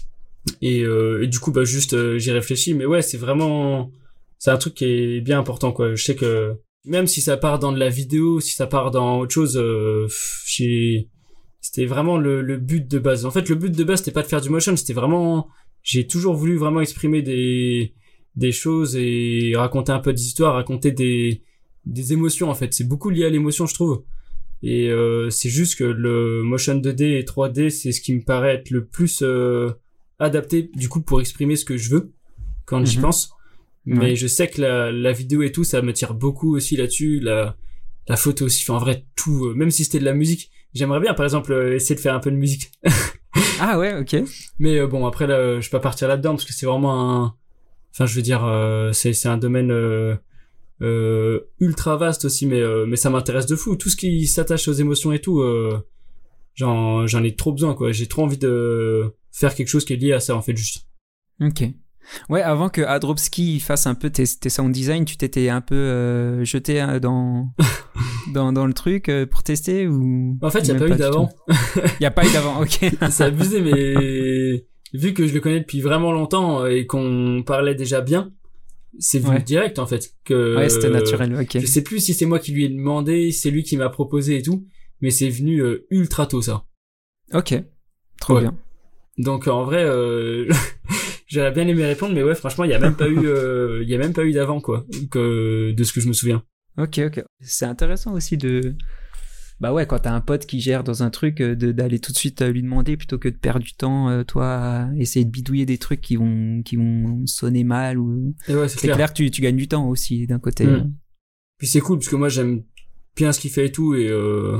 et, euh, et du coup, bah juste, euh, j'y réfléchis, mais ouais, c'est vraiment, c'est un truc qui est bien important, quoi. Je sais que même si ça part dans de la vidéo, si ça part dans autre chose, euh, pff, j'ai, c'était vraiment le, le but de base. En fait, le but de base, c'était pas de faire du motion, c'était vraiment, j'ai toujours voulu vraiment exprimer des des choses et raconter un peu des histoires, raconter des des émotions. En fait, c'est beaucoup lié à l'émotion, je trouve. Et euh, c'est juste que le motion deux D et trois D, c'est ce qui me paraît être le plus euh, adapté du coup pour exprimer ce que je veux quand j'y Mhm. pense. Mais Ouais. je sais que la, la vidéo et tout, ça me tire beaucoup aussi là-dessus. La, la photo aussi, enfin en vrai tout, euh, même si c'était de la musique, j'aimerais bien par exemple euh, essayer de faire un peu de musique. Ah ouais, ok. Mais euh, bon après là, je vais pas partir là-dedans parce que c'est vraiment un, enfin je veux dire, euh, c'est c'est un domaine euh, euh, ultra vaste aussi, mais euh, mais ça m'intéresse de fou. Tout ce qui s'attache aux émotions et tout, euh, j'en j'en ai trop besoin, quoi. J'ai trop envie de faire quelque chose qui est lié à ça en fait, juste. Ok. Ouais, avant que Adropsky fasse un peu tes, tes sound design, tu t'étais un peu euh, jeté euh, dans, dans dans le truc euh, pour tester, ou En fait, il y a même pas eu du d'avant. tout? Il y a pas eu d'avant. Ok. C'est abusé, mais vu que je le connais depuis vraiment longtemps et qu'on parlait déjà bien, c'est venu Ouais. direct en fait. Que Ouais, c'était naturel. Ok. je sais plus si c'est moi qui lui ai demandé, si c'est lui qui m'a proposé et tout, mais c'est venu euh, ultra tôt ça. Ok. Trop Ouais. bien. Donc en vrai, euh, j'aurais bien aimé répondre, mais ouais, franchement, il y a même pas eu, euh, il y a même pas eu d'avant quoi, que de ce que je me souviens. Ok, ok. C'est intéressant aussi de. Bah ouais, quand t'as un pote qui gère dans un truc, euh, de d'aller tout de suite euh, lui demander plutôt que de perdre du temps, euh, toi, à essayer de bidouiller des trucs qui vont qui vont sonner mal, ou. Et ouais, c'est C'est clair. clair que tu tu gagnes du temps aussi d'un côté. Mm. Puis c'est cool parce que moi j'aime bien ce qu'il fait et tout et euh,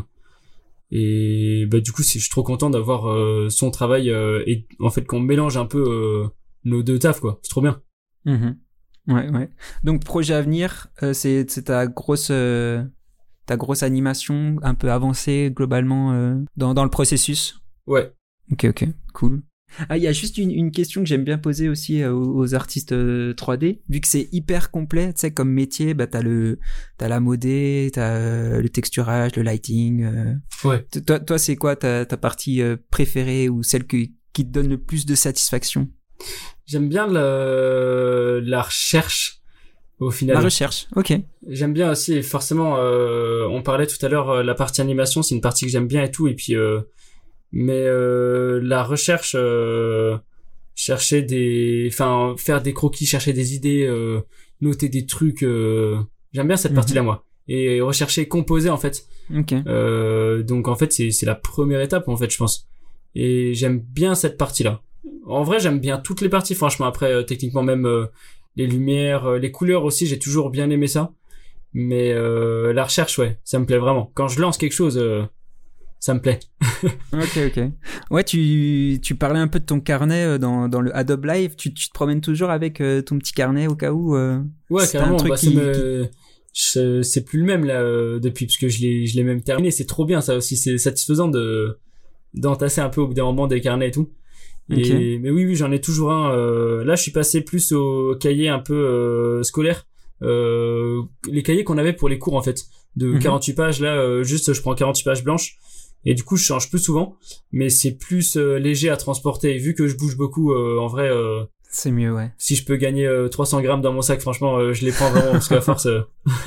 et bah du coup c'est je suis trop content d'avoir euh, son travail euh, et en fait qu'on mélange un peu euh, nos deux tafs quoi. C'est trop bien. Mhm. Ouais, ouais. Donc projet à venir, euh, c'est c'est ta grosse euh, ta grosse animation un peu avancée globalement euh, dans dans le processus. Ouais. Ok, ok, cool. Ah, il y a juste une, une question que j'aime bien poser aussi euh, aux, aux artistes euh, trois D, vu que c'est hyper complet, tu sais, comme métier, bah t'as le, t'as la modé, t'as euh, le texturage, le lighting. Euh... Ouais. Toi, toi, c'est quoi ta ta partie euh, préférée ou celle que, qui te donne le plus de satisfaction? J'aime bien le, la recherche. Au final. La recherche, ok. J'aime bien aussi, forcément, euh, on parlait tout à l'heure, euh, la partie animation, c'est une partie que j'aime bien et tout, et puis, euh, mais euh, la recherche, euh, chercher des, enfin, faire des croquis, chercher des idées, euh, noter des trucs, euh, j'aime bien cette Mhm. partie-là, moi. Et rechercher, composer, en fait. Ok. Euh, donc, en fait, c'est, c'est la première étape, en fait, je pense. Et j'aime bien cette partie-là. En vrai, j'aime bien toutes les parties, franchement. Après, euh, techniquement, même... Euh, les lumières, euh, les couleurs aussi, j'ai toujours bien aimé ça. Mais euh, la recherche, ouais, ça me plaît vraiment. Quand je lance quelque chose, euh, ça me plaît. Ok, ok. Ouais, tu, tu parlais un peu de ton carnet euh, dans, dans le Adobe Live. Tu, tu te promènes toujours avec euh, ton petit carnet au cas où euh, Ouais, c'est carrément. un truc Bah, qui, ça me... je- c'est plus le même là euh, depuis, parce que je l'ai, je l'ai même terminé. C'est trop bien ça aussi. C'est satisfaisant de d'entasser un peu au bout d'un moment des carnets et tout. Et Ok. mais oui, oui, j'en ai toujours un. Euh, là, je suis passé plus au cahier un peu euh, scolaire. Euh, les cahiers qu'on avait pour les cours en fait, de Mhm. quarante-huit pages. Là, euh, juste, je prends quarante-huit pages blanches. Et du coup, je change plus souvent, mais c'est plus euh, léger à transporter. Et vu que je bouge beaucoup, euh, en vrai, euh, C'est mieux, ouais. si je peux gagner euh, trois cents grammes dans mon sac, franchement, euh, je les prends vraiment parce qu'à force. Euh...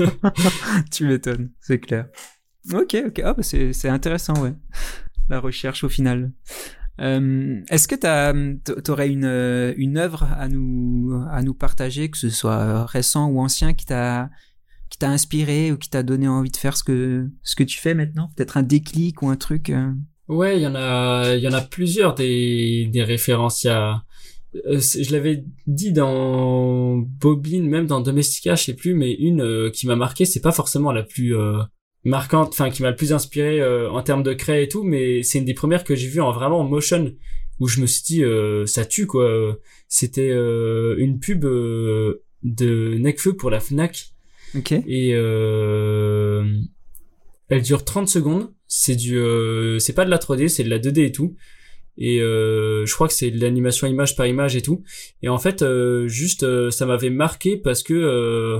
Tu m'étonnes, c'est clair. Ok, ok. Ah, bah c'est, c'est intéressant, ouais. La recherche au final. Euh, est-ce que t'as, t'aurais une, euh, une œuvre à nous, à nous partager, que ce soit récent ou ancien, qui t'a, qui t'a inspiré ou qui t'a donné envie de faire ce que, ce que tu fais maintenant? Peut-être un déclic ou un truc. Euh... Ouais, il y en a, il y en a plusieurs des des références. Il y a, euh, je l'avais dit dans Bobine, même dans Domestica, je sais plus, mais une euh, qui m'a marqué, c'est pas forcément la plus euh, marquante, enfin qui m'a le plus inspiré euh, en termes de créa et tout, mais c'est une des premières que j'ai vues en vraiment en motion, où je me suis dit euh, ça tue quoi. C'était euh, une pub euh, de Necfeu pour la Fnac. Ok. Et euh, elle dure trente secondes. C'est du, euh, c'est pas de la trois D, c'est de la deux D et tout. Et euh, je crois que c'est de l'animation image par image et tout. Et en fait, euh, juste, euh, ça m'avait marqué parce que, euh,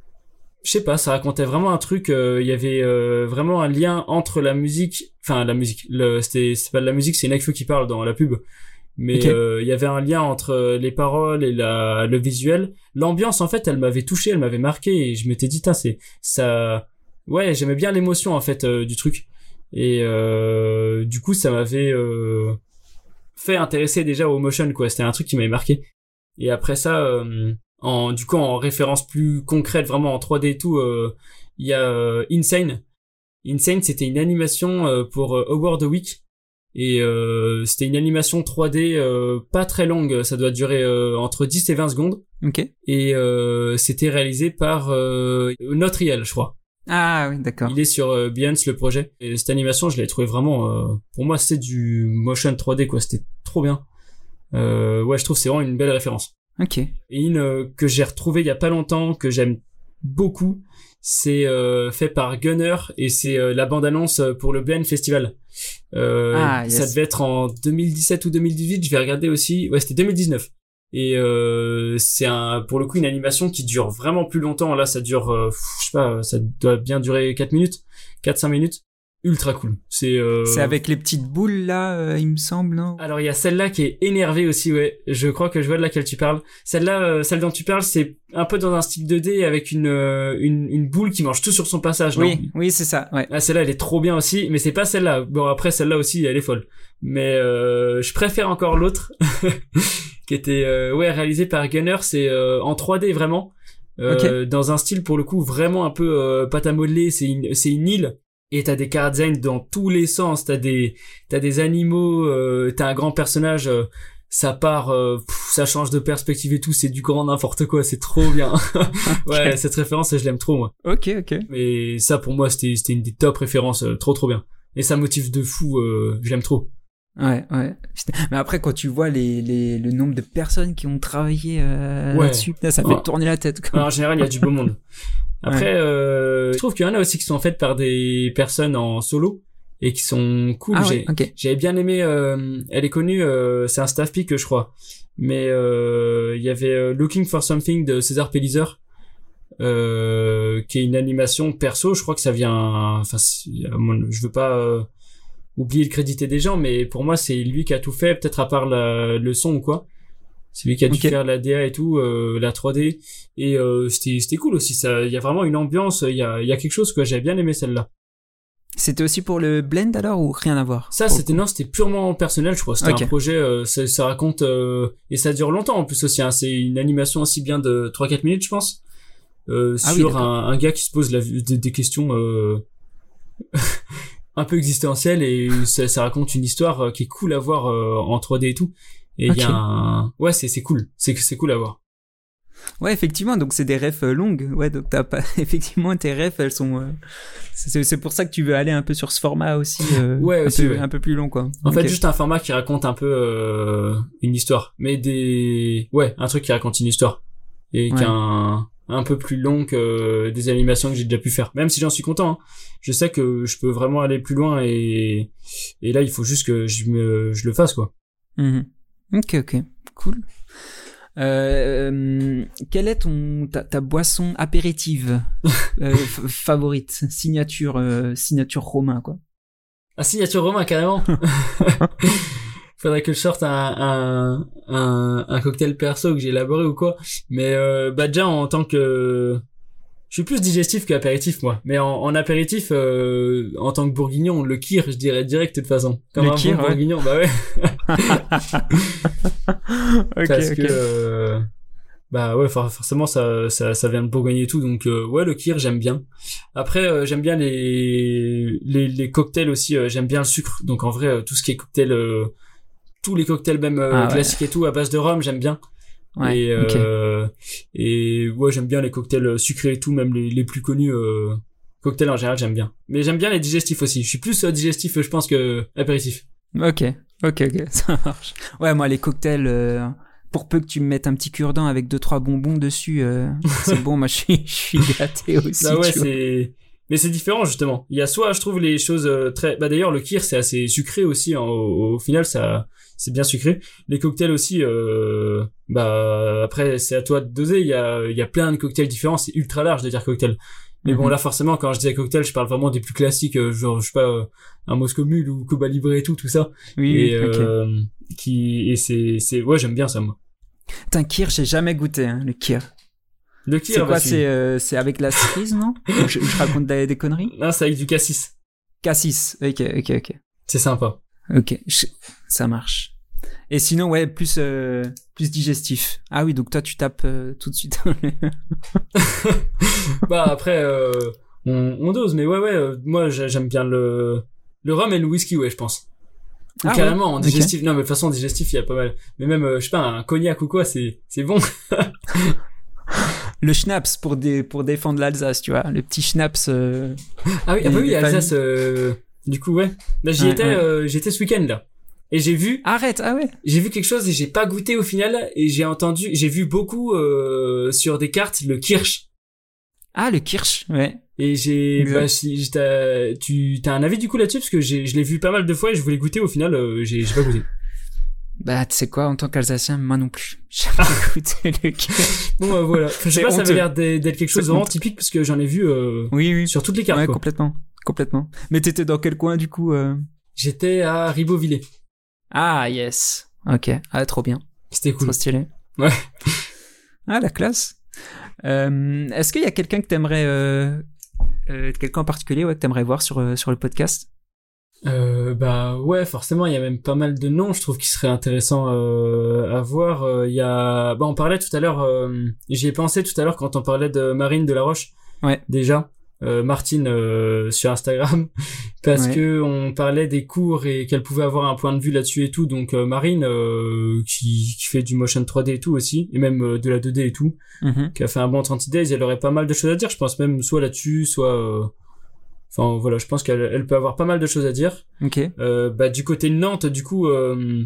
je sais pas, ça racontait vraiment un truc. Il euh, y avait euh, vraiment un lien entre la musique, enfin la musique. Le, c'était, c'est pas de la musique, c'est Nekfeu qui parle dans la pub. Mais il Ok. euh, y avait un lien entre les paroles et la, le visuel. L'ambiance, en fait, elle m'avait touché, elle m'avait marqué, et je m'étais dit, c'est ça. Ouais, j'aimais bien l'émotion en fait euh, du truc. Et euh, du coup, ça m'avait euh, fait intéresser déjà au motion quoi. C'était un truc qui m'avait marqué. Et après ça, euh, en du coup en référence plus concrète, vraiment en trois D et tout, il euh, y a euh, Insane. Insane, c'était une animation euh, pour euh, Award Week. Et euh, c'était une animation trois D euh, pas très longue, ça doit durer euh, entre dix et vingt secondes. Ok. Et euh, c'était réalisé par euh, Not Real, je crois. Ah oui, d'accord. Il est sur euh, Behance le projet. Et cette animation, je l'ai trouvé vraiment... Euh, pour moi, c'est du motion trois D, quoi. C'était trop bien. Euh, ouais, je trouve que c'est vraiment une belle référence. Ok. Et une euh, que j'ai retrouvée il y a pas longtemps, que j'aime beaucoup, c'est euh, fait par Gunner, et c'est euh, la bande-annonce pour le Blend Festival. Euh, Ah, yes. Ça devait être en deux mille dix-sept ou deux mille dix-huit, je vais regarder aussi. Ouais, c'était deux mille dix-neuf. Et euh, c'est un, pour le coup une animation qui dure vraiment plus longtemps. Là, ça dure, euh, je sais pas, ça doit bien durer quatre minutes, quatre cinq minutes. Ultra cool. C'est euh... C'est avec les petites boules là, euh, il me semble, non? Alors il y a celle-là qui est énervée aussi, ouais. Je crois que je vois de laquelle tu parles. Celle-là, euh, celle dont tu parles, c'est un peu dans un style deux D avec une euh, une, une boule qui mange tout sur son passage, non? Oui, oui, c'est ça. Ouais. Ah, celle-là, elle est trop bien aussi, mais c'est pas celle-là. Bon, après celle-là aussi, elle est folle. Mais euh, je préfère encore l'autre, qui était euh, ouais réalisée par Gunner. C'est euh, en trois D vraiment, euh, Okay. dans un style pour le coup vraiment un peu euh, pâte à modeler. C'est une c'est une île. Et t'as des chara design dans tous les sens, t'as des t'as des animaux, euh, t'as un grand personnage, euh, ça part, euh, pff, ça change de perspective et tout, c'est du grand n'importe quoi, c'est trop bien. Ouais, Okay. cette référence, je l'aime trop moi. Ok, ok. Mais ça pour moi c'était c'était une des top références, euh, trop trop bien. Et ça motive de fou, euh, je l'aime trop. Ouais, ouais. Mais après, quand tu vois les, les, le nombre de personnes qui ont travaillé euh, Ouais. là-dessus, là, ça fait Ouais. tourner la tête. Quoi. Alors, en général, il y a du beau monde. Après, Ouais. euh, je trouve qu'il y en a aussi qui sont faites par des personnes en solo et qui sont cool. Ah J'ai, ouais, ok. J'avais bien aimé. Euh, elle est connue. Euh, c'est un staff pick, je crois. Mais euh, il y avait euh, Looking for Something de César Pellizer, euh, qui est une animation perso. Je crois que ça vient. Enfin, c'est- je veux pas euh, oublier de créditer des gens, mais pour moi, c'est lui qui a tout fait. Peut-être à part la, le son ou quoi. C'est lui qui a dû Ok. faire la D A et tout, euh, la trois D. Et euh, c'était c'était cool aussi. Ça, il y a vraiment une ambiance. Il y a il y a quelque chose que j'avais bien aimé celle-là. C'était aussi pour le blend alors ou rien à voir? Ça, pour le c'était coup non, c'était purement personnel, je crois. C'était Ok. un projet. Euh, ça, ça raconte euh, et ça dure longtemps en plus aussi. Hein. C'est une animation aussi bien de trois quatre minutes, je pense, euh, Ah oui, sur d'accord. un, un gars qui se pose la, des, des questions euh, un peu existentielles et ça, ça raconte une histoire euh, qui est cool à voir euh, en trois D et tout. Et il Ok. y a un ouais, c'est c'est cool. C'est c'est cool à voir. Ouais, effectivement, donc c'est des refs euh, longues. Ouais, donc t'as pas. Effectivement, tes refs, elles sont. euh, C'est c'est pour ça que tu veux aller un peu sur ce format aussi. euh, Ouais, un aussi, peu, ouais. un peu plus long, quoi. En Ok. fait, juste un format qui raconte un peu euh, une histoire, mais des ouais, un truc qui raconte une histoire et qui Ouais. est un un peu plus long que des animations que j'ai déjà pu faire. Même si j'en suis content, hein. Je sais que je peux vraiment aller plus loin et et là il faut juste que je me je le fasse quoi. Mhm. Ok, ok, cool. Euh, quelle est ton ta, ta boisson apéritive euh, f- favorite, signature euh, signature romain quoi? Ah, signature Romain carrément. Faudrait que je sorte un un un, un cocktail perso que j'ai élaboré ou quoi. Mais euh, bah déjà en tant que je suis plus digestif qu'apéritif, moi. Mais en, en apéritif, euh, en tant que bourguignon, le kir, je dirais direct de toute façon. Comme Le un kir, bon ouais. bourguignon, bah ouais. Ok, Parce ok. que, euh, bah ouais, for- forcément, ça, ça, ça vient de Bourgogne et tout. Donc, euh, ouais, le kir, j'aime bien. Après, euh, j'aime bien les, les, les cocktails aussi. Euh, j'aime bien le sucre. Donc, en vrai, euh, tout ce qui est cocktail, euh, tous les cocktails, même euh, Ah ouais. classiques et tout, à base de rhum, j'aime bien. Ouais, et ok. euh, et ouais, j'aime bien les cocktails sucrés et tout, même les les plus connus. Euh, cocktails en général, j'aime bien. Mais j'aime bien les digestifs aussi. Je suis plus euh, digestif, je pense, que apéritif. Ok, ok, ok, ça marche. Ouais, moi les cocktails, euh, pour peu que tu me mettes un petit cure-dent avec deux trois bonbons dessus, euh, c'est bon. Moi je suis, je suis gâté aussi. Bah ouais, tu vois. c'est. Mais c'est différent justement. Il y a soit, je trouve, les choses euh, très. Bah d'ailleurs, le kir c'est assez sucré aussi. Hein. Au, au final, ça, c'est bien sucré. Les cocktails aussi. Euh... Bah après, c'est à toi de doser. Il y a, il y a plein de cocktails différents. C'est ultra large de dire cocktail. Mais bon, Mhm. là forcément, quand je dis cocktail, je parle vraiment des plus classiques, euh, genre je sais pas, euh, un Moscow Mule ou Cuba Libre et tout, tout ça. Oui, Et oui, ok. euh, qui et c'est c'est ouais, j'aime bien ça moi. Putain, kir, j'ai jamais goûté, hein, le kir. Le C'est kir, quoi, bah, c'est euh, c'est avec la cerise, non? Ou je, je raconte des, des conneries? non, c'est avec du cassis. Cassis. Ok, ok, ok. C'est sympa. Ok, je- ça marche. Et sinon, ouais, plus euh, plus digestif. Ah oui, donc toi, tu tapes euh, tout de suite. dans le- Bah après euh, on, on dose, mais ouais ouais, euh, moi j'ai- j'aime bien le le rhum et le whisky, ouais, je pense. Ou Ah carrément en ouais, ok. digestif. Non, mais de toute façon en digestif, il y a pas mal. Mais même euh, je sais pas, un cognac ou quoi, c'est c'est bon. Le schnapps pour des pour défendre l'Alsace, tu vois, le petit schnapps. euh, Ah oui, ah des- bah oui, des Alsace. familles. Euh, du coup ouais. Bah j'y Ouais, étais, ouais. euh, j'étais ce week-end là. Et j'ai vu, Arrête, ah ouais. j'ai vu quelque chose et j'ai pas goûté au final. Et j'ai entendu, j'ai vu beaucoup euh, sur des cartes le kirsch. Ah, le kirsch, ouais. Et j'ai, Exact. bah, si, j'ai- t'as, tu, t'as un avis du coup là-dessus parce que j'ai, je l'ai vu pas mal de fois et je voulais goûter au final, euh, j'ai, j'ai pas goûté. Bah, tu sais quoi, en tant qu'Alsacien, moi non plus. J'ai jamais goûté le kirsch. Bon, bah, voilà. Enfin, je sais C'est pas, ça honteux. avait l'air d'être d'être quelque chose C'est de vraiment honteux. typique parce que j'en ai vu euh, Oui, oui. sur toutes les cartes. Ouais, Quoi. complètement. Complètement. Mais t'étais dans quel coin, du coup euh J'étais à Ribeauvillé. Ah, yes. Ok. Ah, trop bien. C'était cool. Trop stylé. Ouais. Ah, la classe. Euh, est-ce qu'il y a quelqu'un que t'aimerais, euh, euh, quelqu'un en particulier, ouais, que t'aimerais voir sur, euh, sur le podcast? Euh, bah ouais, forcément, il y a même pas mal de noms, je trouve, qui seraient intéressants euh, à voir. Euh, Il y a, bah on parlait tout à l'heure, euh, j'y ai pensé tout à l'heure quand on parlait de Marine Delaroche. Ouais. Déjà, euh, Martine euh, sur Instagram, parce Ouais. que on parlait des cours et qu'elle pouvait avoir un point de vue là-dessus et tout. Donc euh, Marine, euh, qui, qui fait du motion trois D et tout aussi, et même euh, de la deux D et tout, Mhm. qui a fait un bon trente days, elle aurait pas mal de choses à dire, je pense, même soit là-dessus, soit... euh, Enfin voilà, je pense qu'elle elle peut avoir pas mal de choses à dire. Ok. Euh, bah du côté de Nantes, du coup, euh,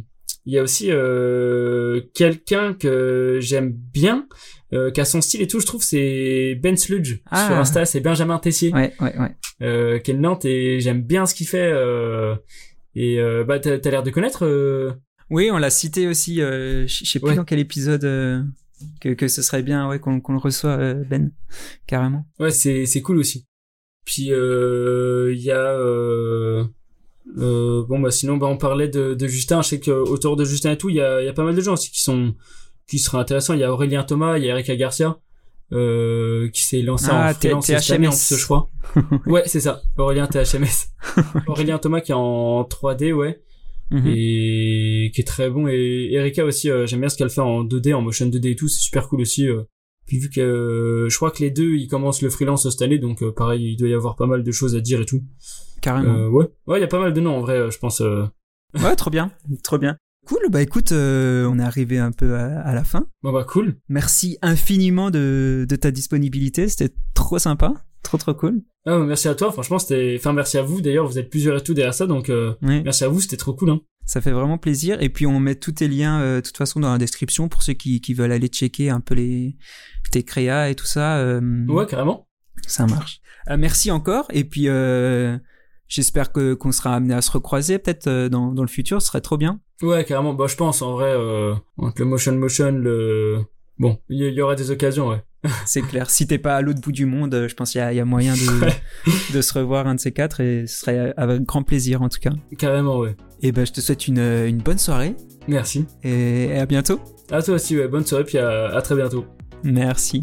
Il y a aussi euh, quelqu'un que j'aime bien, euh, qui a son style et tout, je trouve, c'est Ben Sludge. Ah. Sur Insta, c'est Benjamin Tessier. Ouais, ouais, ouais. Euh, qui est de Nantes et j'aime bien ce qu'il fait. Euh, et euh, bah, t'as, t'as l'air de connaître... Euh... Oui, on l'a cité aussi, euh, je sais plus ouais. dans quel épisode... Euh... Que, que ce serait bien ouais qu'on, qu'on le reçoit euh, Ben carrément. Ouais, c'est c'est cool aussi. Puis il euh, y a euh, euh, bon bah sinon bah on parlait de de Justin, je sais que autour de Justin et tout, il y a il y a pas mal de gens aussi qui sont qui seraient intéressants, il y a Aurélien Thomas, il y a Erika Garcia euh qui s'est lancé ah, en freelance cette année en plus je crois. Ouais, c'est ça. Aurélien T H M S. Aurélien Thomas qui est en trois D, ouais. Mm-hmm. Et qui est très bon, et Erika aussi euh, j'aime bien ce qu'elle fait en deux D, en motion deux D et tout, c'est super cool aussi. Euh. Puis vu que euh, je crois que les deux ils commencent le freelance cette année, donc euh, pareil il doit y avoir pas mal de choses à dire et tout. Carrément. Euh, ouais, ouais, il y a pas mal de noms en vrai, euh, je pense. Euh... Ouais, trop bien, trop bien. Cool, bah écoute, euh, on est arrivé un peu à, à la fin. Bon bah cool. Merci infiniment de de ta disponibilité, c'était trop sympa, trop trop cool. Ah, merci à toi, franchement c'était, enfin merci à vous d'ailleurs, vous êtes plusieurs et tout derrière ça, donc euh, oui. Merci à vous, c'était trop cool hein. Ça fait vraiment plaisir, et puis on met tous tes liens euh, de toute façon dans la description pour ceux qui qui veulent aller checker un peu les tes créas et tout ça. Euh, ouais, carrément. Ça marche. Euh, merci encore, et puis euh, j'espère que qu'on sera amené à se recroiser peut-être euh, dans dans le futur, ce serait trop bien. Ouais, carrément. Bah je pense en vrai euh, entre le motion motion le bon, il y, y aura des occasions, ouais. C'est clair. Si t'es pas à l'autre bout du monde, je pense qu'il y a, il y a moyen de, de se revoir un de ces quatre, et ce serait avec grand plaisir en tout cas. Carrément, ouais. Et ben, je te souhaite une, une bonne soirée. Merci. Et, et à bientôt. À toi aussi, ouais. Bonne soirée, puis à, à très bientôt. Merci.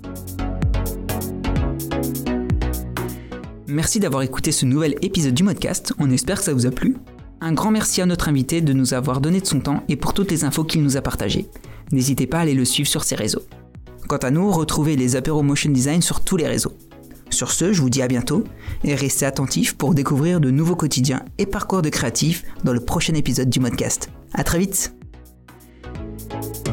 Merci d'avoir écouté ce nouvel épisode du Modcast. On espère que ça vous a plu. Un grand merci à notre invité de nous avoir donné de son temps et pour toutes les infos qu'il nous a partagées. N'hésitez pas à aller le suivre sur ses réseaux. Quant à nous, retrouvez les apéros motion design sur tous les réseaux. Sur ce, je vous dis à bientôt et restez attentifs pour découvrir de nouveaux quotidiens et parcours de créatifs dans le prochain épisode du Modcast. À très vite.